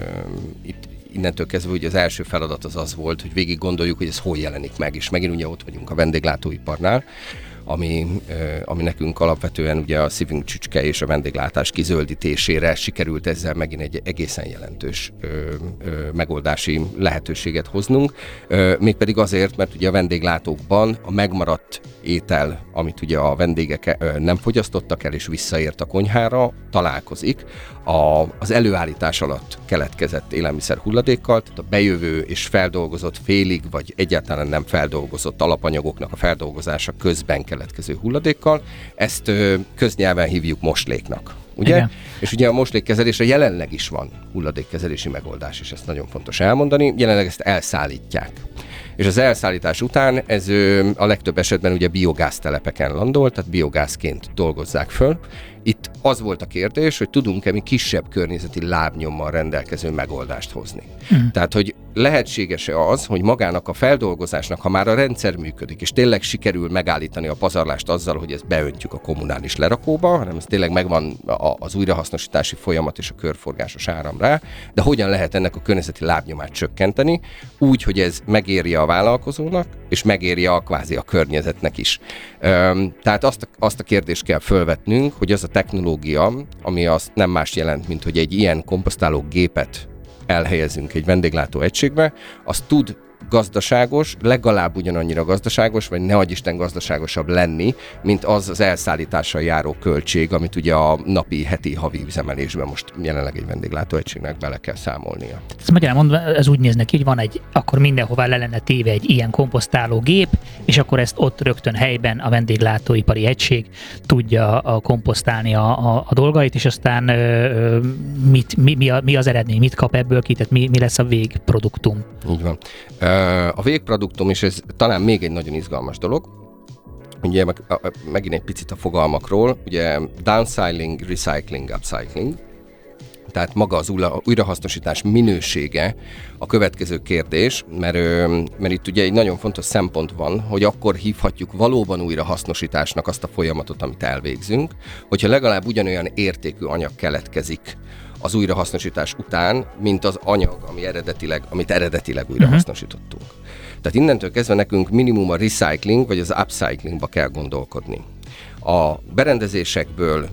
itt innentől kezdve ugye az első feladat az volt, hogy végig gondoljuk, hogy ez hol jelenik meg, és megint ugye ott vagyunk a vendéglátóiparnál, ami nekünk alapvetően ugye a szívünk csücske és a vendéglátás kizöldítésére sikerült ezzel megint egy egészen jelentős megoldási lehetőséget hoznunk. Mégpedig azért, mert ugye a vendéglátókban a megmaradt étel, amit ugye a vendégek nem fogyasztottak el és visszaért a konyhára, találkozik az előállítás alatt keletkezett élelmiszer hulladékkal, tehát a bejövő és feldolgozott félig vagy egyáltalán nem feldolgozott alapanyagoknak a feldolgozása közben keletkező hulladékkal. Ezt köznyelven hívjuk mosléknak. Ugye? Igen. És ugye a moslékkezelésre jelenleg is van hulladékkezelési megoldás, és ezt nagyon fontos elmondani. Jelenleg ezt elszállítják. És az elszállítás után ez a legtöbb esetben ugye biogáztelepeken landol, tehát biogázként dolgozzák föl. Itt az volt a kérdés, hogy tudunk-e mi kisebb környezeti lábnyommal rendelkező megoldást hozni. Tehát, hogy lehetséges-e az, hogy magának a feldolgozásnak, ha már a rendszer működik, és tényleg sikerül megállítani a pazarlást azzal, hogy ezt beöntjük a kommunális lerakóba, hanem ez tényleg megvan az újrahasznosítási folyamat és a körforgásos áram rá, de hogyan lehet ennek a környezeti lábnyomát csökkenteni, úgy, hogy ez megérje a vállalkozónak, és megérje kvázi a környezetnek is. Tehát azt a kérdést kell fölvetnünk, hogy az a technológia, ami azt nem más jelent, mint hogy egy ilyen komposztáló gépet elhelyezünk egy vendéglátó egységbe, az tud gazdaságos, legalább ugyanannyira gazdaságos, vagy ne adj Isten gazdaságosabb lenni, mint az elszállítással járó költség, amit ugye a napi, heti, havi üzemelésben most jelenleg egy vendéglátóegységnek bele kell számolnia. Ez magyarán mondva, ez úgy néz neki, hogy van akkor mindenhová le lenne téve egy ilyen komposztáló gép, és akkor ezt ott rögtön helyben a vendéglátóipari egység tudja komposztálni a dolgait, és aztán mi az eredmény, mit kap ebből ki, tehát mi lesz a végproduktum. Így van. A végproduktum, és ez talán még egy nagyon izgalmas dolog, ugye megint egy picit a fogalmakról, ugye downsizing, recycling, upcycling, tehát maga az újrahasznosítás minősége a következő kérdés, mert itt ugye egy nagyon fontos szempont van, hogy akkor hívhatjuk valóban újrahasznosításnak azt a folyamatot, amit elvégzünk, hogyha legalább ugyanolyan értékű anyag keletkezik az újrahasznosítás után, mint az anyag, amit eredetileg újrahasznosítottunk. Tehát innentől kezdve nekünk minimum a recycling vagy az upcyclingba kell gondolkodni. A berendezésekből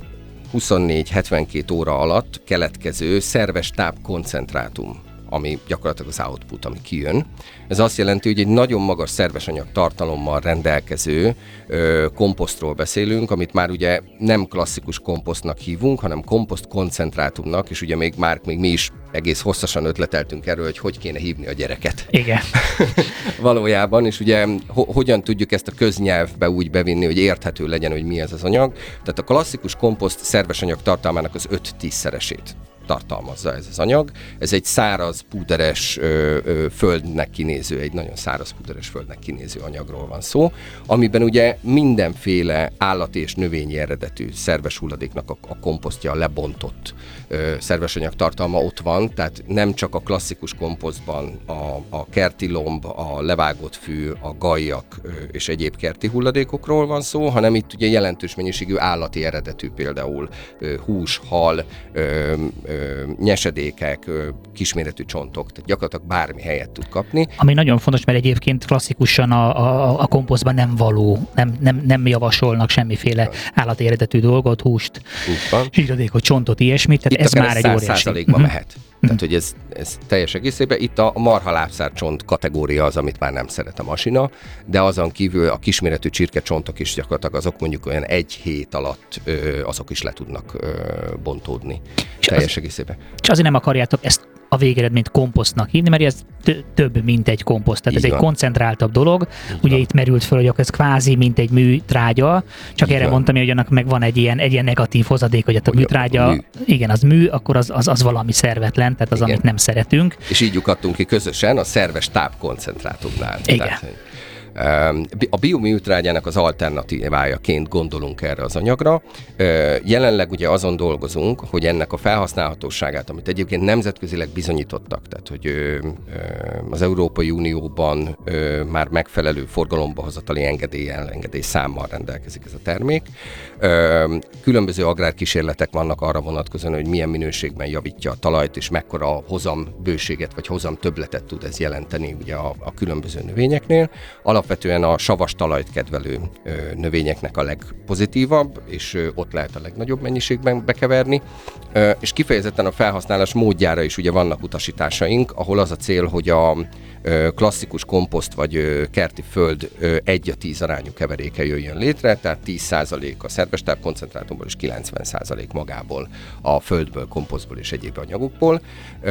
24-72 óra alatt keletkező szerves tápkoncentrátum, ami gyakorlatilag az output, ami kijön. Ez azt jelenti, hogy egy nagyon magas szervesanyag tartalommal rendelkező komposztról beszélünk, amit már ugye nem klasszikus komposztnak hívunk, hanem komposzt koncentrátumnak, és ugye még mi is egész hosszasan ötleteltünk erről, hogy kéne hívni a gyereket. Igen. Valójában, és ugye hogyan tudjuk ezt a köznyelvbe úgy bevinni, hogy érthető legyen, hogy mi ez az anyag. Tehát a klasszikus komposzt szervesanyag tartalmának az 5-10-szeresét tartalmazza ez az anyag. Ez egy száraz, púderes földnek kinéző, egy nagyon száraz, púderes földnek kinéző anyagról van szó, amiben ugye mindenféle állati és növényi eredetű szerves hulladéknak a komposztja, lebontott szervesanyag tartalma ott van, tehát nem csak a klasszikus komposztban a kerti lomb, a levágott fű, a gajjak és egyéb kerti hulladékokról van szó, hanem itt ugye jelentős mennyiségű állati eredetű, például hús, hal, nyesedékek, kisméretű csontok, tehát gyakorlatilag bármi helyet tud kapni. Ami nagyon fontos, mert egyébként klasszikusan a komposztban nem való, nem javasolnak semmiféle állati eredetű dolgot, húst, zsíradékot, csontot, ilyesmit, tehát itt ez már egy óriási. Itt mehet. Tehát, hogy ez teljes egészében. Itt a marhalábszárcsont kategória az, amit már nem szeret a masina, de azon kívül a kisméretű csirkecsontok is gyakorlatilag azok mondjuk olyan egy hét alatt azok is le tudnak bontódni. Teljes egészében. És azért nem akarjátok ezt a végeredményt komposztnak hívni, mert ez több, mint egy komposzt. Tehát ez egy koncentráltabb dolog. Ugye itt merült föl, hogy ez kvázi, mint egy műtrágya, csak erre mondtam, hogy annak megvan egy ilyen negatív hozadék, hogy a műtrágya, igen, az mű, akkor az valami szervetlen, tehát az, amit nem szeretünk. És így lyukadtunk ki közösen a szerves tápkoncentrátumnál. Igen. Tehát, a bioműtrágyának az alternatívájaként gondolunk erre az anyagra. Jelenleg ugye azon dolgozunk, hogy ennek a felhasználhatóságát, amit egyébként nemzetközileg bizonyítottak, tehát hogy az Európai Unióban már megfelelő forgalomba hozatali engedély számmal rendelkezik ez a termék. Különböző agrárkísérletek vannak arra vonatkozóan, hogy milyen minőségben javítja a talajt, és mekkora hozambőséget vagy hozamtöbbletet tud ez jelenteni ugye a különböző növényeknél. alapvetően a savas talajt kedvelő növényeknek a legpozitívabb, és ott lehet a legnagyobb mennyiségben bekeverni, és kifejezetten a felhasználás módjára is ugye vannak utasításaink, ahol az a cél, hogy a klasszikus komposzt vagy kerti föld 1:10 arányú keveréke jöjjön létre, tehát 10% a szerves tápkoncentrátumból és 90% magából a földből, komposztból és egyéb anyagokból.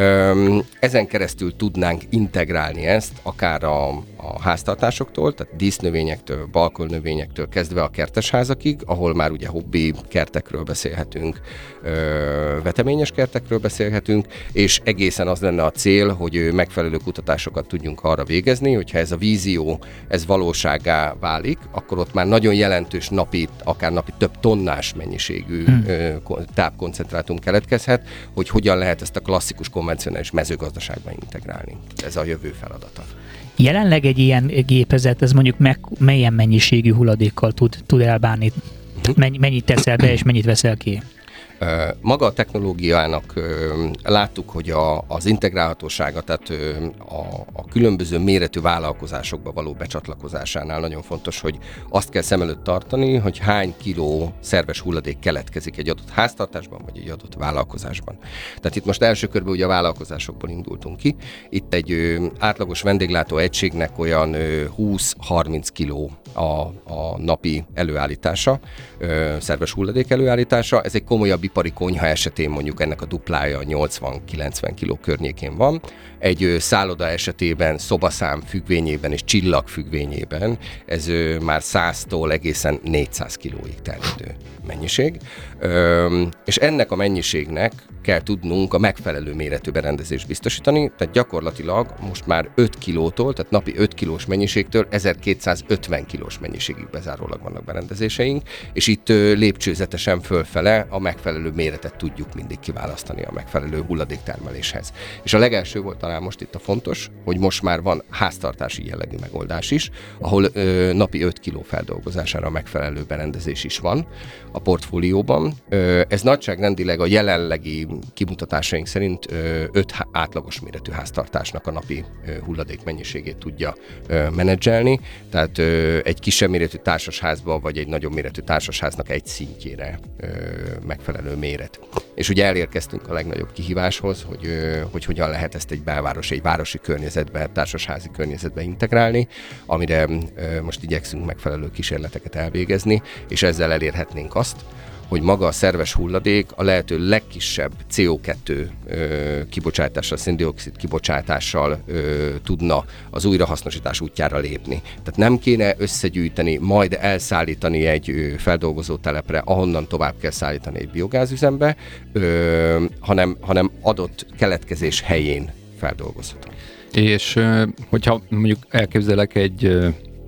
Ezen keresztül tudnánk integrálni ezt akár a háztartásoktól, tehát dísznövényektől, balkonnövényektől kezdve a kertesházakig, ahol már ugye hobbi kertekről beszélhetünk, veteményes kertekről beszélhetünk, és egészen az lenne a cél, hogy megfelelő kutatásokat tudjunk arra végezni, hogyha ez a vízió, ez valósággá válik, akkor ott már nagyon jelentős akár napi több tonnás mennyiségű tápkoncentrátum keletkezhet, hogy hogyan lehet ezt a klasszikus konvencionális mezőgazdaságban integrálni. Ez a jövő feladata. Jelenleg egy ilyen gépezet, ez mondjuk milyen mennyiségű hulladékkal tud elbánni? Mennyit teszel be, és mennyit veszel ki? Maga a technológiának láttuk, hogy az integrálhatósága, tehát a különböző méretű vállalkozásokba való becsatlakozásánál nagyon fontos, hogy azt kell szem előtt tartani, hogy hány kiló szerves hulladék keletkezik egy adott háztartásban, vagy egy adott vállalkozásban. Tehát itt most első körben ugye a vállalkozásokból indultunk ki. Itt egy átlagos vendéglátó egységnek olyan 20-30 kiló a napi előállítása, szerves hulladék előállítása. Ez egy komolyabb ipari konyha esetén mondjuk ennek a duplája 80-90 kiló környékén van. Egy szálloda esetében, szobaszám függvényében és csillag függvényében ez már 100-tól egészen 400 kilóig terjedő mennyiség. És ennek a mennyiségnek kell tudnunk a megfelelő méretű berendezést biztosítani, tehát gyakorlatilag most már 5 kilótól, tehát napi 5 kilós mennyiségtől 1250 kilós mennyiségig bezárólag vannak berendezéseink, és itt lépcsőzetesen fölfele a megfelelő méretet tudjuk mindig kiválasztani a megfelelő hulladéktermeléshez. És a legelső volt talán most itt a fontos, hogy most már van háztartási jellegű megoldás is, ahol napi 5 kiló feldolgozására megfelelő berendezés is van a portfólióban. Ez nagyságrendileg a jelenlegi kimutatásaink szerint 5 átlagos méretű háztartásnak a napi hulladék mennyiségét tudja menedzselni, tehát egy kisebb méretű társasházba, vagy egy nagyobb méretű társasháznak egy szintjére megfelelő méret. És ugye elérkeztünk a legnagyobb kihíváshoz, hogy hogyan lehet ezt egy belváros, egy városi környezetbe, társasházi környezetbe integrálni, amire most igyekszünk megfelelő kísérleteket elvégezni, és ezzel elérhetnénk azt, hogy maga a szerves hulladék a lehető legkisebb CO2 kibocsátással, szén-dioxid kibocsátással tudna az újrahasznosítás útjára lépni. Tehát nem kéne összegyűjteni, majd elszállítani egy feldolgozó telepre, ahonnan tovább kell szállítani egy biogázüzembe, hanem adott keletkezés helyén feldolgozható. És hogyha mondjuk elképzelek egy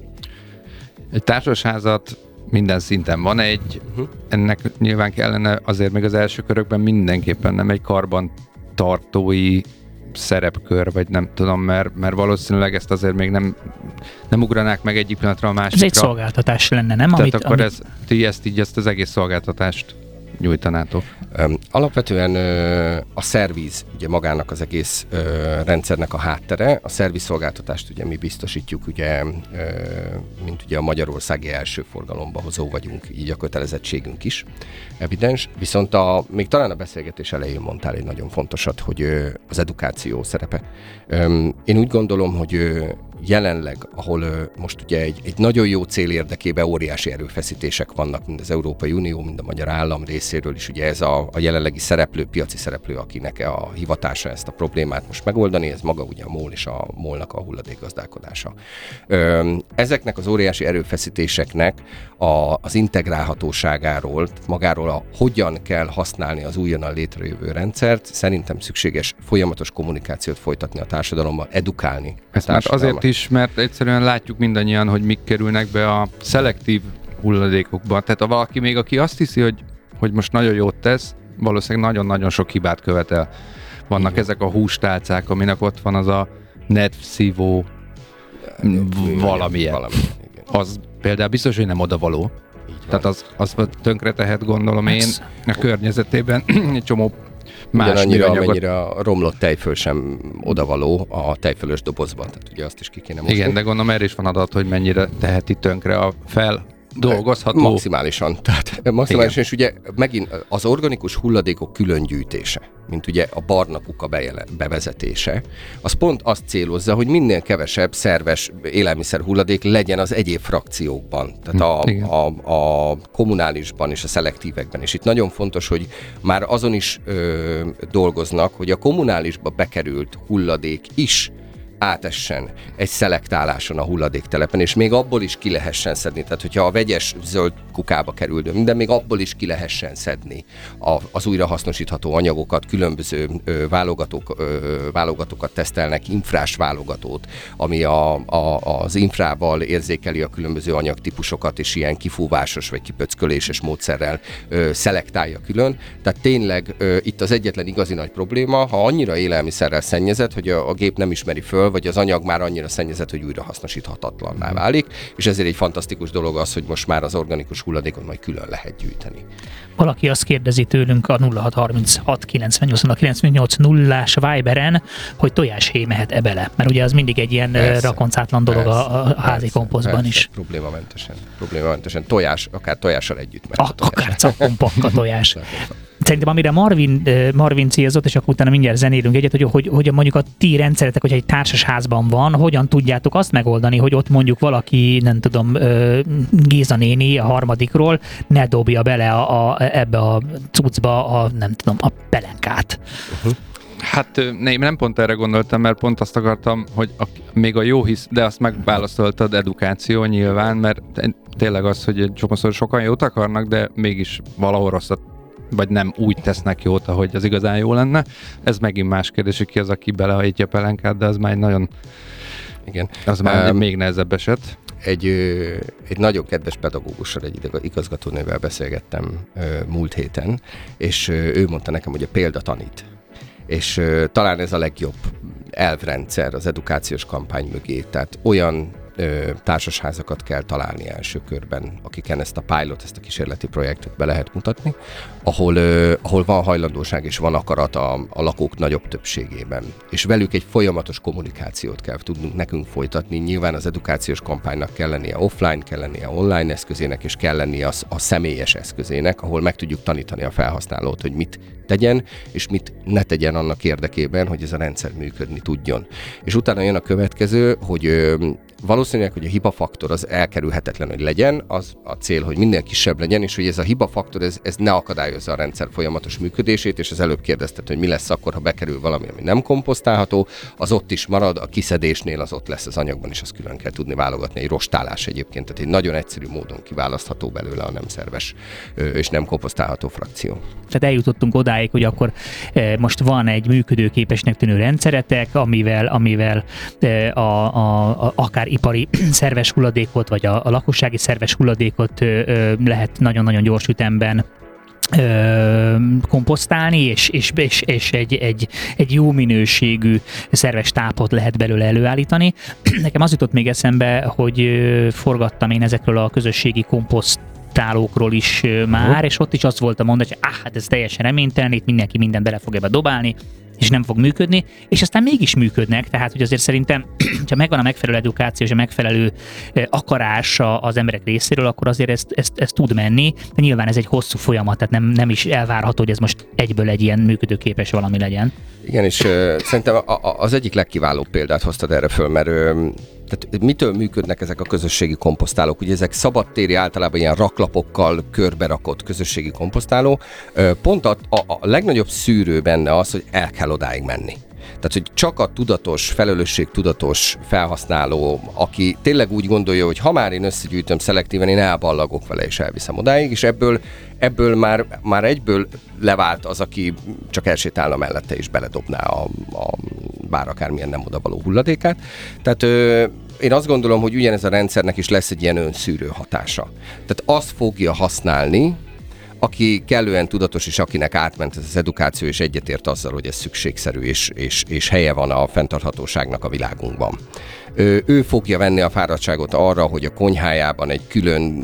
társasházat, minden szinten van egy, ennek nyilván kellene azért még az első körökben mindenképpen nem egy karbantartói szerepkör, vagy nem tudom, mert valószínűleg ezt azért még nem ugranák meg egyik pillanatra a másikra. Ez egy szolgáltatás lenne, nem? Tehát akkor ezt az egész szolgáltatást nyújtanátok? Alapvetően a szerviz, ugye magának az egész rendszernek a háttere, a szervizszolgáltatást ugye mi biztosítjuk, ugye, mint ugye a magyarországi első forgalomba hozó vagyunk, így a kötelezettségünk is evidens, viszont még talán a beszélgetés elején mondtál egy nagyon fontosat, hogy az edukáció szerepe. Én úgy gondolom, hogy jelenleg, ahol most ugye egy nagyon jó cél érdekében óriási erőfeszítések vannak, mind az Európai Unió, mind a magyar állam részéről is, ugye ez a jelenlegi szereplő, piaci szereplő, akinek a hivatása ezt a problémát most megoldani, ez maga ugye a MOL és a MOL-nak a hulladékgazdálkodása. Ezeknek az óriási erőfeszítéseknek az integrálhatóságáról, magáról hogyan kell használni az újonnan létrejövő rendszert, szerintem szükséges folyamatos kommunikációt folytatni a társadalomban, edukálni. Ezt már azért is, mert egyszerűen látjuk mindannyian, hogy mik kerülnek be a szelektív hulladékokba. Tehát valaki még, aki azt hiszi, hogy most nagyon jót tesz, valószínűleg nagyon-nagyon sok hibát követel. Vannak ezek a hústálcák, aminek ott van az a nedvszívó valamilyen. Az például biztos, hogy nem odavaló. Tehát az tönkre tehet, gondolom én, a környezetében egy csomó Ugyanannyira, amennyire a romlott tejföl sem odavaló a tejfölös dobozban. Tehát ugye azt is ki kéne mosni. Igen, de gondolom erre is van adat, hogy mennyire teheti tönkre a feldolgozható. Maximálisan. Tehát maximálisan, és ugye megint az organikus hulladékok külön gyűjtése, mint ugye a barna puka bevezetése, az pont azt célozza, hogy minél kevesebb szerves élelmiszer hulladék legyen az egyéb frakciókban. Tehát a kommunálisban és a szelektívekben. És itt nagyon fontos, hogy már azon is dolgoznak, hogy a kommunálisba bekerült hulladék is átessen egy szelektáláson a hulladéktelepen, és még abból is ki lehessen szedni. Tehát, hogyha a vegyes zöld kukába kerül, de még abból is ki lehessen szedni az újrahasznosítható anyagokat, különböző válogatókat tesztelnek, infrás válogatót, ami az infrával érzékeli a különböző anyagtípusokat, és ilyen kifúvásos vagy kipöcköléses módszerrel szelektálja külön. Tehát tényleg itt az egyetlen igazi nagy probléma, ha annyira élelmiszerrel szennyezett, hogy a gép nem ismeri föl, vagy az anyag már annyira szennyezett, hogy újrahasznosíthatatlanná válik, és ezért egy fantasztikus dolog az, hogy most már az organikus hulladékot majd külön lehet gyűjteni. Valaki azt kérdezi tőlünk a 0636 98 0-ás Viberen, hogy tojáshéj mehet-e bele? Mert ugye az mindig egy ilyen rakoncátlan dolog a házi komposztban is. Problémamentesen. Tojás, akár tojással együtt mehet. Akár cappon-pakka tojás. Szerintem amire Marvin célzott, és akkor utána mindjárt zenélünk egyet, hogy mondjuk a ti rendszeretek, hogyha egy társasházban van, hogyan tudjátok azt megoldani, hogy ott mondjuk valaki, nem tudom, Géza néni a harmadikról ne dobja bele ebbe a cuccba nem tudom, a pelenkát. Hát nem pont erre gondoltam, mert pont azt akartam, hogy még a jó hisz, de azt megválaszoltad, edukáció nyilván, mert tényleg az, hogy csomószor sokan jót akarnak, de mégis valahol rosszat, vagy nem úgy tesznek jót, ahogy az igazán jó lenne. Ez megint más kérdés, hogy ki az, aki belehajtja a pelenkát, de az már egy nagyon... Igen. Az már még nehezebb eset. Egy nagyon kedves pedagógussal, egy igazgatónővel beszélgettem múlt héten, és ő mondta nekem, hogy a példa tanít. És talán ez a legjobb elvrendszer az edukációs kampány mögé. Tehát olyan társasházakat kell találni első körben, akiken ezt a pilot, ezt a kísérleti projektet be lehet mutatni, ahol van hajlandóság és van akarat a lakók nagyobb többségében. És velük egy folyamatos kommunikációt kell tudnunk nekünk folytatni. Nyilván az edukációs kampánynak kell lennie offline, kell lennie online eszközének, és kell lennie a személyes eszközének, ahol meg tudjuk tanítani a felhasználót, hogy mit tegyen, és mit ne tegyen annak érdekében, hogy ez a rendszer működni tudjon. És utána jön a következő, hogy valószínűleg, hogy a hibafaktor az elkerülhetetlen, hogy legyen, az a cél, hogy minél kisebb legyen, és hogy ez a hibafaktor, ez ne akadályozza a rendszer folyamatos működését, és az előbb kérdezted, hogy mi lesz akkor, ha bekerül valami, ami nem komposztálható, az ott is marad, a kiszedésnél az ott lesz az anyagban, és azt külön kell tudni válogatni. Egy rostálás egyébként, tehát egy nagyon egyszerű módon kiválasztható belőle a nem szerves és nem komposztálható frakció. Tehát eljutottunk odáig, hogy akkor most van egy működőképesnek tűnő rendszeretek, amivel akár ipari szerves hulladékot, vagy a lakossági szerves hulladékot lehet nagyon-nagyon gyors ütemben komposztálni, és egy jó minőségű szerves tápot lehet belőle előállítani. Nekem az jutott még eszembe, hogy forgattam én ezekről a közösségi komposztálókról is már, és ott is az volt a mondat, hogy hát ez teljesen reménytelen, itt mindenki mindent bele fog ebbe dobálni, és nem fog működni, és aztán mégis működnek, tehát hogy azért szerintem, ha megvan a megfelelő edukáció és a megfelelő akarás az emberek részéről, akkor azért ez tud menni, de nyilván ez egy hosszú folyamat, tehát nem is elvárható, hogy ez most egyből egy ilyen működőképes valami legyen. Igen, és szerintem az egyik legkiválóbb példát hoztad erre föl, mert tehát mitől működnek ezek a közösségi komposztálók? Ugye ezek szabadtéri, általában ilyen raklapokkal körberakott közösségi komposztáló. Pont a legnagyobb szűrő benne az, hogy el kell odáig menni. Tehát, hogy csak a tudatos, felelősségtudatos felhasználó, aki tényleg úgy gondolja, hogy ha már én összegyűjtöm szelektíven, én elballagok vele és elviszem odáig, és ebből már egyből levált az, aki csak elsétálna mellette és beledobná a bár akármilyen nem odavaló hulladékát. Tehát én azt gondolom, hogy ugyanez a rendszernek is lesz egy ilyen önszűrő hatása. Tehát azt fogja használni, aki kellően tudatos, és akinek átment ez az edukáció, és egyetért azzal, hogy ez szükségszerű, és helye van a fenntarthatóságnak a világunkban. Ő fogja venni a fáradtságot arra, hogy a konyhájában egy külön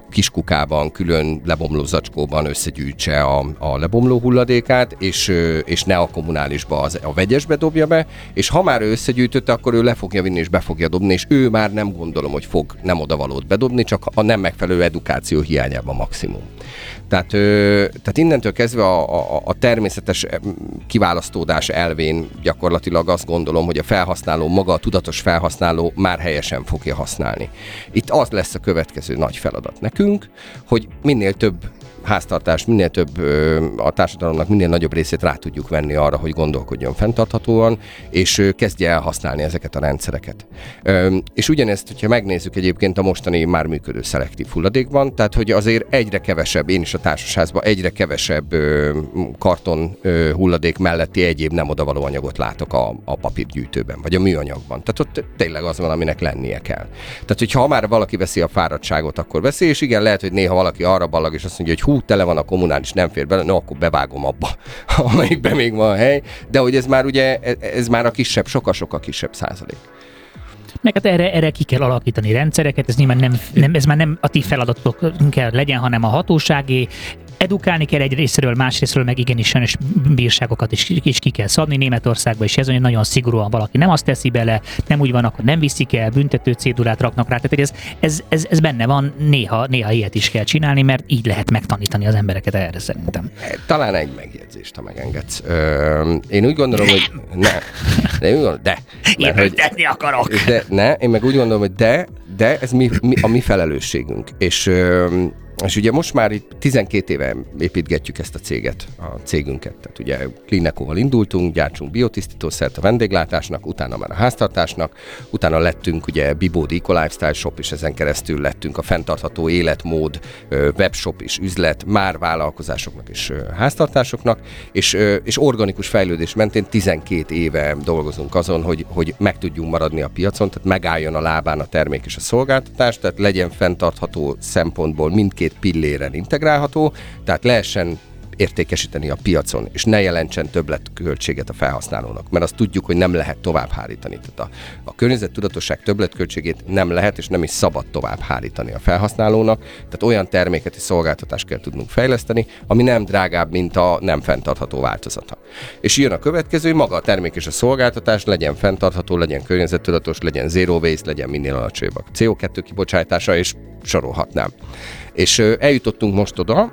kiskukában, külön lebomló zacskóban összegyűjtse a lebomló hulladékát, és ne a kommunálisba, a vegyesbe dobja be, és ha már ő összegyűjtötte, akkor ő le fogja vinni és be fogja dobni, és ő már nem gondolom, hogy fog nem odavalót bedobni, csak a nem megfelelő edukáció hiányában maximum. Tehát innentől kezdve a természetes kiválasztódás elvén gyakorlatilag azt gondolom, hogy a felhasználó maga, a tudatos felhasználó már helyesen fogja használni. Itt az lesz a következő nagy feladat nekünk, hogy minél több háztartást, minél több a társadalomnak minél nagyobb részét rá tudjuk venni arra, hogy gondolkodjon fenntarthatóan, és kezdje el használni ezeket a rendszereket. És ugyanezt, hogyha megnézzük egyébként a mostani már működő szelektív hulladékban, tehát hogy azért egyre kevesebb, én is a társasházban egyre kevesebb karton hulladék melletti egyéb nem odavaló anyagot látok a papírgyűjtőben, vagy a műanyagban. Tehát ott tényleg az van, aminek lennie kell. Tehát, hogyha már valaki veszi a fáradtságot, akkor veszi, és igen, lehet, hogy néha valaki arra ballag, és azt mondja, hogy tele van a kommunális, nem fér bele, no, akkor bevágom abba, amelyikben még van hely, de hogy ez már ugye, ez már a kisebb, sokkal-sokkal kisebb százalék. Meg hát erre ki kell alakítani rendszereket, ez nyilván ez már nem a ti feladatok kell legyen, hanem a hatóságé. Edukálni kell egy részről, másrésztről meg igenis sajnos bírságokat is ki kell szabni. Németországban is ez, hogy nagyon szigorúan valaki nem azt teszi bele, nem úgy van, akkor nem viszik el, büntető cédulát raknak rá. Tehát ez benne van, néha ilyet is kell csinálni, mert így lehet megtanítani az embereket erre szerintem. Talán egy megjegyzést, ha megengedsz. Én úgy gondolom, hogy Én meg tenni akarok. Én meg úgy gondolom, hogy de ez a mi felelősségünk. És ugye most már itt 12 éve építgetjük ezt a céget, a cégünket. Tehát ugye Clean-Eco-val indultunk, gyártsunk biotisztítószert a vendéglátásnak, utána már a háztartásnak, utána lettünk ugye Bibódi Eco Lifestyle Shop, és ezen keresztül lettünk a fenntartható életmód webshop és üzlet, már vállalkozásoknak és háztartásoknak, és organikus fejlődés mentén 12 éve dolgozunk azon, hogy meg tudjunk maradni a piacon, tehát megálljon a lábán a termék és a szolgáltatás, tehát legyen fenntartható szempontból mindkét pilléren integrálható, tehát lehessen értékesíteni a piacon, és ne jelentsen többletköltséget a felhasználónak, mert azt tudjuk, hogy nem lehet tovább hárítani. Tehát a környezettudatosság többletköltségét nem lehet, és nem is szabad tovább hárítani a felhasználónak, tehát olyan terméket és szolgáltatást kell tudnunk fejleszteni, ami nem drágább, mint a nem fenntartható változata. És jön a következő, maga a termék és a szolgáltatás legyen fenntartható, legyen környezettudatos, legyen zero waste, legyen minél alacsonyabb a CO2 kibocsátása, és sorolhatnám. És eljutottunk most oda,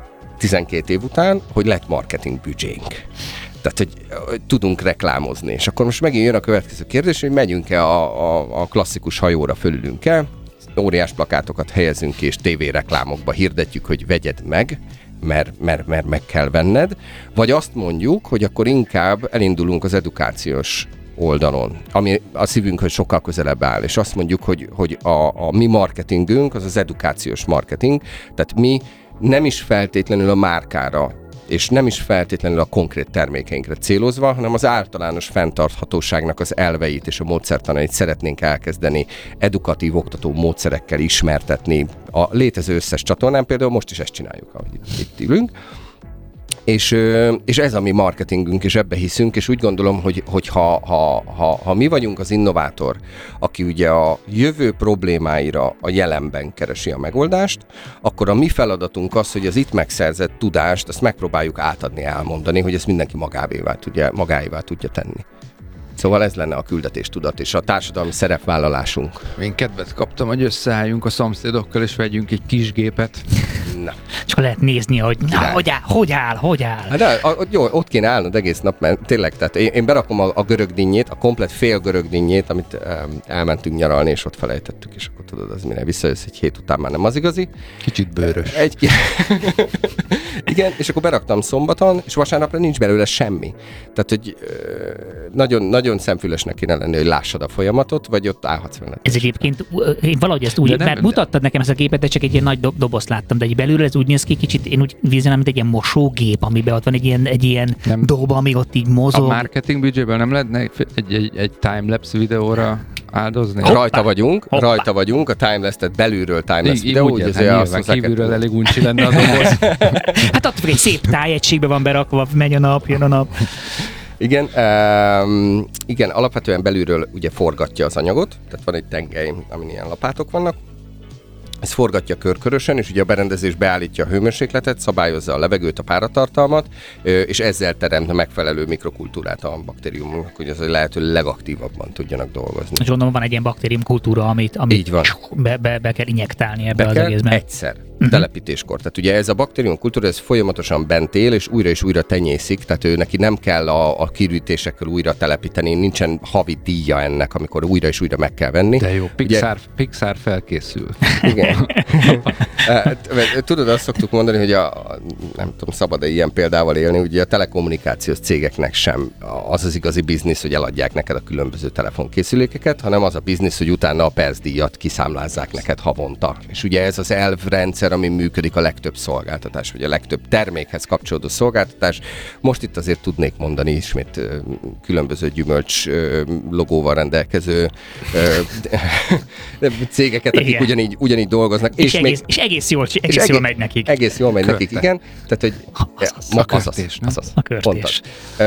12 év után, hogy lett marketing büdzsénk. Tehát, hogy tudunk reklámozni. És akkor most megint jön a következő kérdés, hogy megyünk-e a klasszikus hajóra, fölülünk-e, óriás plakátokat helyezünk ki, és tévéreklámokba hirdetjük, hogy vegyed meg, mert meg kell venned, vagy azt mondjuk, hogy akkor inkább elindulunk az edukációs oldalon, ami a szívünkhöz sokkal közelebb áll, és azt mondjuk, hogy a mi marketingünk az az edukációs marketing, tehát mi nem is feltétlenül a márkára, és nem is feltétlenül a konkrét termékeinkre célozva, hanem az általános fenntarthatóságnak az elveit és a módszertanait szeretnénk elkezdeni edukatív oktató módszerekkel ismertetni a létező összes csatornán, például most is ezt csináljuk, ahogy itt ülünk. És ez a mi marketingünk, és ebbe hiszünk, és úgy gondolom, hogy ha mi vagyunk az innovátor, aki ugye a jövő problémáira a jelenben keresi a megoldást, akkor a mi feladatunk az, hogy az itt megszerzett tudást, azt megpróbáljuk átadni, elmondani, hogy ezt mindenki magáévá tudja tenni. Szóval ez lenne a küldetéstudat és a társadalmi szerepvállalásunk. Én kedvet kaptam, hogy összeálljunk a szomszédokkal, és vegyünk egy kis gépet. Na. Csak lehet nézni, hogy hogy áll. Hát de, jó, ott kéne állnod egész nap, mert tényleg, tehát én berakom a görög dinnyét, a komplet fél görög dinnyét, amit elmentünk nyaralni, és ott felejtettük, és akkor tudod, az mire visszajössz egy hét után már nem az igazi. Kicsit bőrös. Igen, és akkor beraktam szombaton, és vasárnapra nincs belőle semmi. Tehát, hogy nagyon, nagyon szemfülesnek kéne lenni, hogy lássad a folyamatot, vagy ott állhatsz vele. Ez egyébként, én valahogy ezt úgy, mert mutattad nekem ezt a gépet, de csak egy ilyen nagy dobozt láttam, de egy belülről ez úgy néz ki, kicsit én úgy vizionálom, mint egy ilyen mosógép, amiben ott van egy ilyen dob, ami ott így mozog. A marketing büdzséből nem lehetne egy timelapse videóra áldozni? Rajta vagyunk, a timelapse-et belülről timelapse videó. Úgy nyilván kívülről elég uncsi lenne a doboz. Hát ott egy szép tájegységbe van berakva, megy a nap, jön a nap. Igen, alapvetően belülről ugye forgatja az anyagot, tehát van egy tengely, amin ilyen lapátok vannak, Ez forgatja körkörösen, és ugye a berendezés beállítja a hőmérsékletet, szabályozza a levegőt, a páratartalmat, és ezzel teremt a megfelelő mikrokultúrát a baktériumnak, hogy az a lehető legaktívabban tudjanak dolgozni. És gondolom van egy ilyen baktériumkultúra, amit így van. Be kell injektálni ebbe az egészben. Egyszer. Telepítéskor. Tehát ugye ez a baktériumkultúra, ez folyamatosan bent él, és újra tenyészik, tehát ő neki nem kell a kiürítésekkel újra telepíteni, nincsen havi díja ennek, amikor újra és újra meg kell venni. De jó, Pixar felkészül. Igen. Tudod, azt szoktuk mondani, hogy nem tudom, szabad-e ilyen példával élni, ugye a telekommunikációs cégeknek sem az az igazi biznisz, hogy eladják neked a különböző telefonkészülékeket, hanem az a biznisz, hogy utána a percdíjat kiszámlázzák neked havonta. És ugye ez az elvrendszer, ami működik a legtöbb szolgáltatás, vagy a legtöbb termékhez kapcsolódó szolgáltatás. Most itt azért tudnék mondani ismét különböző gyümölcs logóval rendelkező cégeket, akik ugyanígy dolgoznak. És egész jól megy nekik. Egész jól megy nekik, igen. Tehát, hogy a körtés, nem? A körtés.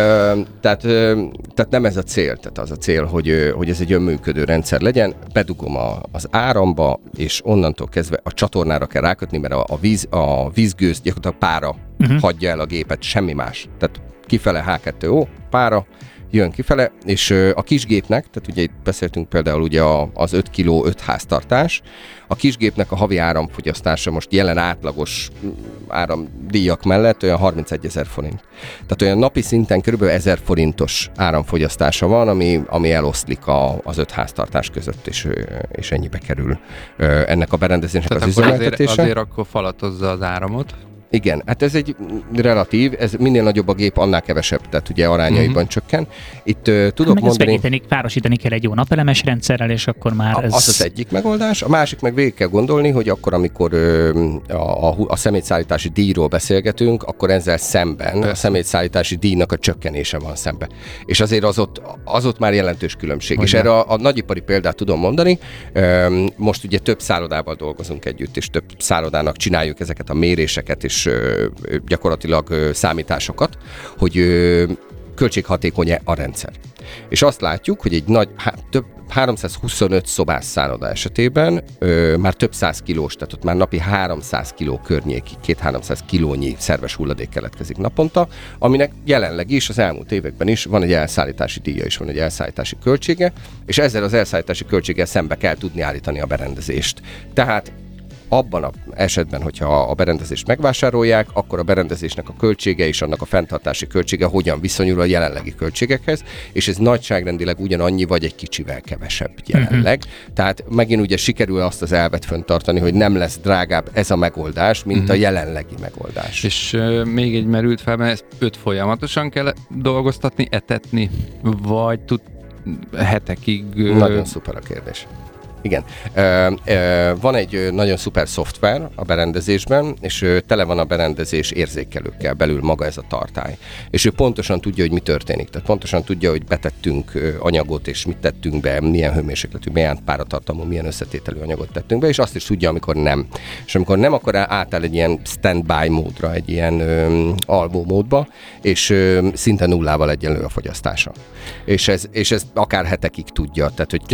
Tehát nem ez a cél. Tehát az a cél, hogy ez egy önműködő rendszer legyen. Bedugom az áramba, és onnantól kezdve a csatornára kell rákötni, mert a vízgőz gyakorlatilag pára hagyja el a gépet, semmi más. Tehát kifele H2O, pára, jön kifele, és a kisgépnek, tehát ugye itt beszéltünk például ugye az 5 kg 5 háztartás, a kisgépnek a havi áramfogyasztása most jelen átlagos áramdíjak mellett olyan 31 000 forint. Tehát olyan napi szinten kb. 1000 forintos áramfogyasztása van, ami eloszlik az 5 háztartás között, és ennyibe kerül ennek a berendezésnek tehát az üzemeltetése. Azért akkor falatozza az áramot. Igen, hát ez egy relatív, ez minél nagyobb a gép, annál kevesebb, tehát ugye arányaiban csökken. Itt tudok mondani... Párosítani kell egy jó napelemes rendszerrel, és akkor már ez... Az egyik megoldás. A másik meg végig kell gondolni, hogy akkor, amikor a szemétszállítási díjról beszélgetünk, akkor ezzel szemben a szemétszállítási díjnak a csökkenése van szembe. És azért az ott már jelentős különbség. És erre a nagyipari példát tudom mondani. Most ugye több szállodával dolgozunk együtt, és több szállodának csináljuk ezeket a méréseket, és gyakorlatilag számításokat, hogy költséghatékony a rendszer. És azt látjuk, hogy egy nagy, több 325 szobás szálloda esetében már több 100 kilós, tehát ott már napi 300 kiló környéki, 200-300 kilónyi szerves hulladék keletkezik naponta, aminek jelenleg is, az elmúlt években is van egy elszállítási díja és van egy elszállítási költsége, és ezzel az elszállítási költséggel szembe kell tudni állítani a berendezést. Tehát abban az esetben, hogyha a berendezést megvásárolják, akkor a berendezésnek a költsége és annak a fenntartási költsége hogyan viszonyul a jelenlegi költségekhez, és ez nagyságrendileg ugyanannyi, vagy egy kicsivel kevesebb jelenleg. Tehát megint ugye sikerül azt az elvet fenntartani, hogy nem lesz drágább ez a megoldás, mint a jelenlegi megoldás. És még egy merült fel, mert ezt 5 folyamatosan kell dolgoztatni, etetni, vagy tud hetekig... Nagyon szuper a kérdés. Igen. Van egy nagyon szuper szoftver a berendezésben, és tele van a berendezés érzékelőkkel belül maga ez a tartály. És ő pontosan tudja, hogy mi történik. Tehát pontosan tudja, hogy betettünk anyagot, és mit tettünk be, milyen hőmérsékletű, milyen páratartalmú, milyen összetételű anyagot tettünk be, és azt is tudja, amikor nem. És amikor nem, akkor átáll egy ilyen standby módra, egy ilyen alvó módba, és szinte nullával egyenlő a fogyasztása. És ez akár hetekig tudja. Tehát, hogy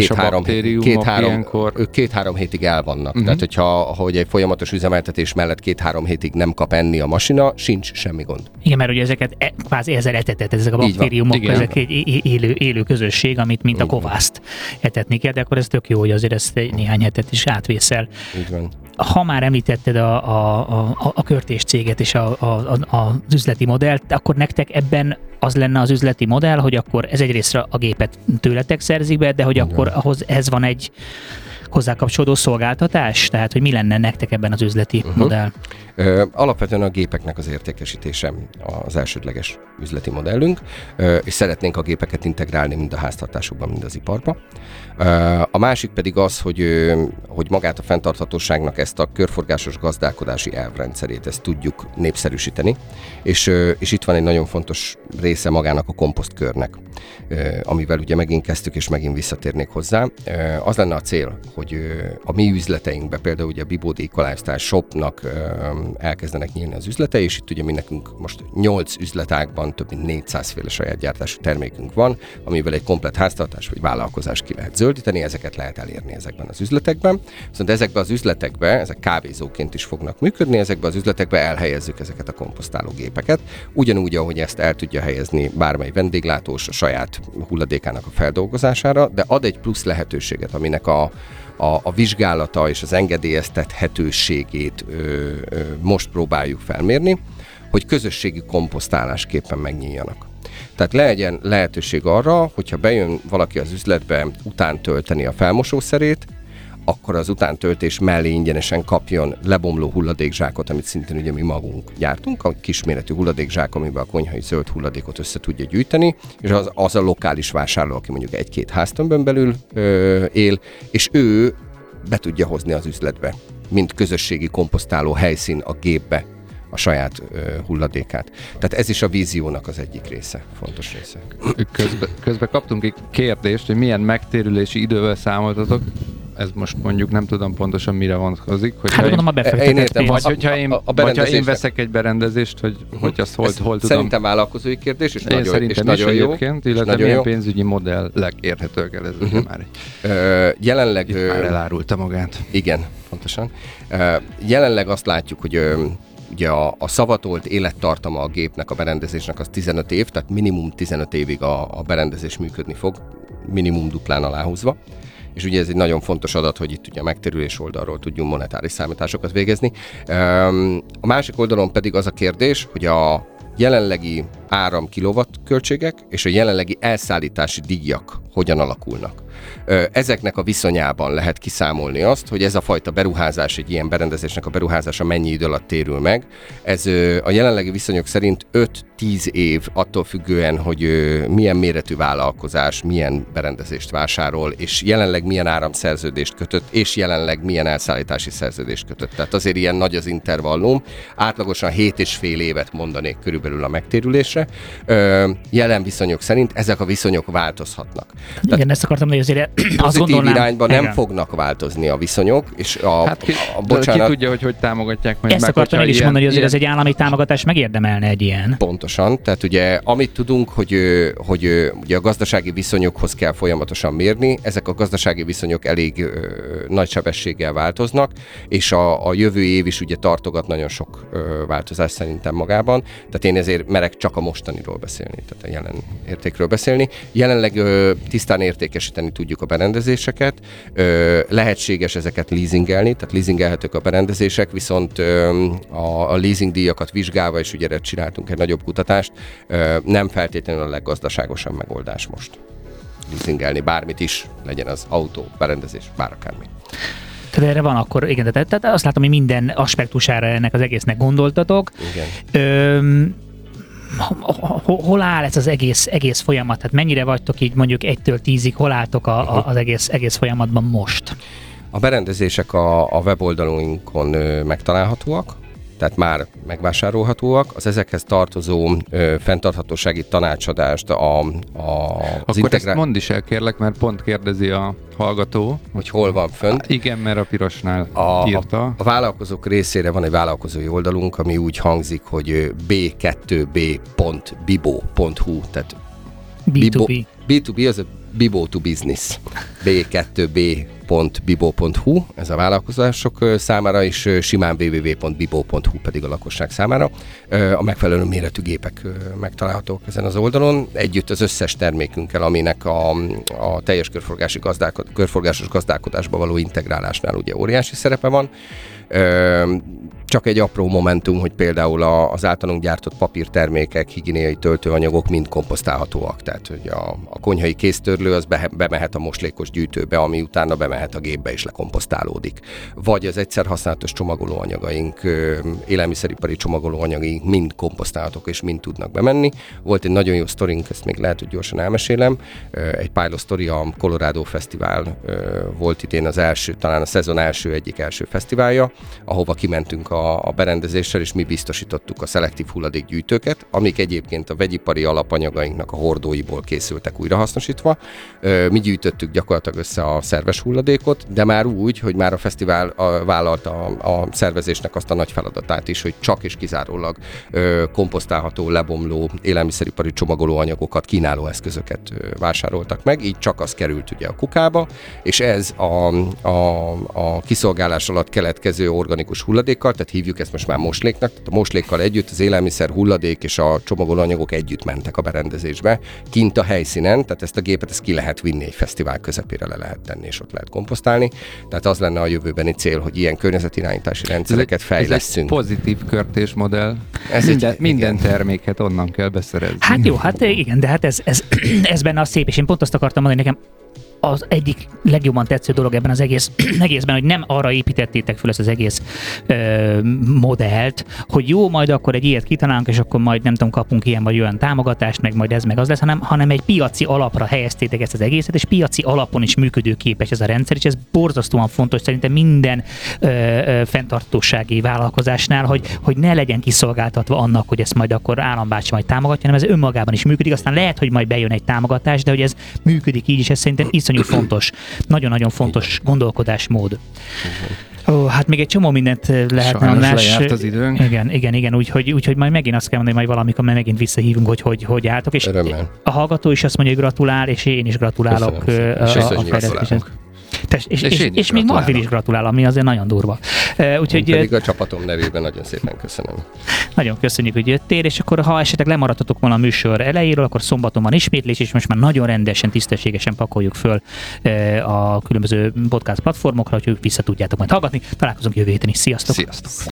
két-három hétig el vannak. Tehát, hogy egy folyamatos üzemeltetés mellett 2-3 hétig nem kap enni a masina, sincs semmi gond. Igen, mert ugye ezeket kvázi ezzel etetett, ezek a baktériumok, ezek egy élő közösség, amit mint a kovászt etetni kell, de akkor ez tök jó, hogy azért ezt néhány hetet is átvészel. Így van. Ha már említetted a körtés céget és az üzleti modellt, akkor nektek ebben az lenne az üzleti modell, hogy akkor ez egyrészt a gépet tőletek szerzik be, de hogy akkor ez van egy hozzá kapcsolódó szolgáltatás? Tehát, hogy mi lenne nektek ebben az üzleti modell? Alapvetően a gépeknek az értékesítése az elsődleges üzleti modellünk, és szeretnénk a gépeket integrálni mind a háztartásokban, mind az iparba. A másik pedig az, hogy magát a fenntarthatóságnak ezt a körforgásos gazdálkodási elvrendszerét, ezt tudjuk népszerűsíteni, és itt van egy nagyon fontos része magának a komposztkörnek, amivel ugye megint kezdtük, és megint visszatérnék hozzá. Az lenne a cél, hogy a mi üzleteinkben, például ugye a Bibódi Lifestyle Shopnak elkezdenek nyílni az üzletei, és itt ugye mi nekünk most 8 üzletágban több mint 400 féle saját gyártású termékünk van, amivel egy komplett háztartás vagy vállalkozás ki lehet zöldíteni, ezeket lehet elérni ezekben az üzletekben. Viszont ezekben az üzletekben, ezek kávézóként is fognak működni, ezekben az üzletekben elhelyezzük ezeket a komposztáló gépeket, ugyanúgy, ahogy ezt el tudja helyezni bármely vendéglátós a saját hulladékának a feldolgozására, de ad egy plusz lehetőséget, aminek a vizsgálata és az engedélyeztethetőségét most próbáljuk felmérni, hogy közösségi komposztálásképpen megnyíljanak. Tehát legyen lehetőség arra, hogyha bejön valaki az üzletbe utántölteni a felmosószerét, akkor az utántöltés mellé ingyenesen kapjon lebomló hulladékzsákot, amit szintén ugye mi magunk gyártunk, a kisméretű hulladékzsák, amiben a konyhai zöld hulladékot össze tudja gyűjteni, és az a lokális vásárló, aki mondjuk 1-2 háztömbön belül él, és ő be tudja hozni az üzletbe, mint közösségi komposztáló helyszín a gépbe a saját hulladékát. Tehát ez is a víziónak az egyik része, fontos része. Közben kaptunk egy kérdést, hogy milyen megtérülési idővel számoltatok. Ez most mondjuk nem tudom pontosan mire vonatkozik. Hát mondom, a befektetett pénz. Vagy hogyha én veszek egy berendezést, hogy azt hol tudom. Szerintem vállalkozói kérdés, és én szerintem nagyon is jó. Illetve milyen pénzügyi modellek érhetők el, ez ugye már jelenleg... Itt már elárulta magát. Igen, pontosan. Jelenleg azt látjuk, hogy ugye a szavatolt élettartama a gépnek, a berendezésnek az 15 év, tehát minimum 15 évig a berendezés működni fog, minimum duplán aláhúzva. És ugye ez egy nagyon fontos adat, hogy itt ugye a megtérülés oldalról tudjunk monetáris számításokat végezni. A másik oldalon pedig az a kérdés, hogy a jelenlegi áram kilowatt költségek és a jelenlegi elszállítási díjak hogyan alakulnak. Ezeknek a viszonyában lehet kiszámolni azt, hogy ez a fajta beruházás, egy ilyen berendezésnek a beruházása mennyi idő alatt térül meg. Ez a jelenlegi viszonyok szerint 5-10 év attól függően, hogy milyen méretű vállalkozás, milyen berendezést vásárol, és jelenleg milyen áramszerződést kötött, és jelenleg milyen elszállítási szerződést kötött. Tehát azért ilyen nagy az intervallum. Átlagosan 7,5 évet mondanék körülbelül a megtérülésre. Jelen viszonyok szerint ezek a viszonyok változhatnak. Igen, ezt akartam, hogy azért azt gondolnám, irányba nem fognak változni a viszonyok, és bocsánat. Ki tudja, hogy támogatják majd. Ezt akartam én is mondani, hogy azért ez egy állami támogatás megérdemelne egy ilyen. Pontosan, tehát ugye amit tudunk, hogy ugye a gazdasági viszonyokhoz kell folyamatosan mérni, ezek a gazdasági viszonyok elég nagy sebességgel változnak, és a jövő év is ugye tartogat nagyon sok változás szerintem magában, tehát én ezért merek csak a mostaniról beszélni, tehát a jelen értékről beszélni. Jelenleg tisztán értékesíteni tudjuk a berendezéseket, lehetséges ezeket leasingelni, tehát leasingelhetők a berendezések, viszont a leasing díjakat vizsgálva, és ugye erre csináltunk egy nagyobb kutatást, nem feltétlenül a leggazdaságosabb megoldás most leasingelni bármit is, legyen az autó, berendezés, bár akármi. Tehát erre van akkor, igen, tehát azt látom, hogy minden aspektusára ennek az egésznek gondoltatok. Igen. Hol áll ez az egész folyamat? Tehát mennyire vagytok így mondjuk 1-től 10-ig, hol álltok az egész folyamatban most? A berendezések a weboldalunkon megtalálhatóak, tehát már megvásárolhatóak. Az ezekhez tartozó fenntarthatósági tanácsadást Akkor ezt mondd is el, kérlek, mert pont kérdezi a hallgató. Hogy hol van fönt. Igen, mert a pirosnál írta. A vállalkozók részére van egy vállalkozói oldalunk, ami úgy hangzik, hogy b2b.bibo.hu, tehát B2B. B2B az a Bibo to Business. b2b.bibo.hu, ez a vállalkozások számára, és simán www.bibo.hu pedig a lakosság számára. A megfelelő méretű gépek megtalálhatók ezen az oldalon, együtt az összes termékünkkel, aminek a teljes körforgásos gazdálkodásba való integrálásnál ugye óriási szerepe van. Csak egy apró momentum, hogy például az általunk gyártott papírtermékek, higiéniai töltőanyagok mind komposztálhatóak. Tehát, hogy a konyhai kéztörlő az bemehet a moslékos gyűjtőbe, ami utána bemehet a gépbe és lekomposztálódik. Vagy az egyszer használatos csomagolóanyagaink, élelmiszeripari csomagolóanyagaink mind komposztálhatók és mind tudnak bemenni. Volt egy nagyon jó sztorink, ezt még lehet, hogy gyorsan elmesélem. Egy pilot sztori, a Colorado Fesztivál volt idén az első, talán a szezon egyik első fesztiválja, ahova kimentünk a berendezéssel, és mi biztosítottuk a szelektív hulladékgyűjtőket, amik egyébként a vegyipari alapanyagainknak a hordóiból készültek újrahasznosítva. Mi gyűjtöttük gyakorlatilag össze a szerves hulladékot, de már úgy, hogy már a fesztivál vállalta a szervezésnek azt a nagy feladatát is, hogy csak és kizárólag komposztálható, lebomló, élelmiszeripari csomagolóanyagokat, kínáló eszközöket vásároltak meg, így csak az került ugye a kukába, és ez a kiszolgálás alatt keletkező organikus hulladékkal, tehát hívjuk ezt most már mosléknak, tehát a moslékkal együtt az élelmiszer, hulladék és a csomagolóanyagok együtt mentek a berendezésbe, kint a helyszínen, tehát ezt a gépet ki lehet vinni egy fesztivál közepére, le lehet tenni, és ott lehet komposztálni. Tehát az lenne a jövőbeni cél, hogy ilyen környezetirányítási rendszereket fejlesszünk. Ez egy pozitív körtésmodell. Minden terméket onnan kell beszerezni. Hát jó, hát igen, de hát ez benne a szép, és én pont azt akartam mondani, nekem az egyik legjobban tetsző dolog ebben az egészben, hogy nem arra építettétek föl ezt az egész modellt, hogy jó, majd akkor egy ilyet kitalálunk, és akkor majd nem tudom, kapunk ilyen vagy olyan támogatást, meg ez meg az lesz, hanem egy piaci alapra helyeztétek ezt az egészet, és piaci alapon is működőképes ez a rendszer, és ez borzasztóan fontos szerintem minden fenntartósági vállalkozásnál, hogy ne legyen kiszolgáltatva annak, hogy ezt majd akkor állambácsi majd támogatja, hanem ez önmagában is működik, aztán lehet, hogy majd bejön egy támogatás, de hogy ez működik így is, ez szerintem iszonyú fontos, nagyon-nagyon fontos gondolkodásmód. Hát még egy csomó mindent lehetne Sajnos lejárt az időnk. Igen, úgyhogy majd megint azt kell mondani, hogy majd valamikor majd megint visszahívunk, hogy álltok, és örömmel. A hallgató is azt mondja, hogy gratulál, és én is gratulálok a fejlesztéshez. És még Martin is gratulál, ami azért nagyon durva. Úgyhogy pedig a csapatom nevében nagyon szépen köszönöm. Nagyon köszönjük, hogy jöttél, és akkor ha esetleg lemaradtatok volna a műsor elejéről, akkor szombaton van ismétlés, és most már nagyon rendesen, tisztességesen pakoljuk föl a különböző podcast platformokra, hogy ők vissza tudjátok majd hallgatni. Találkozunk jövő héten is. Sziasztok! Sziasztok!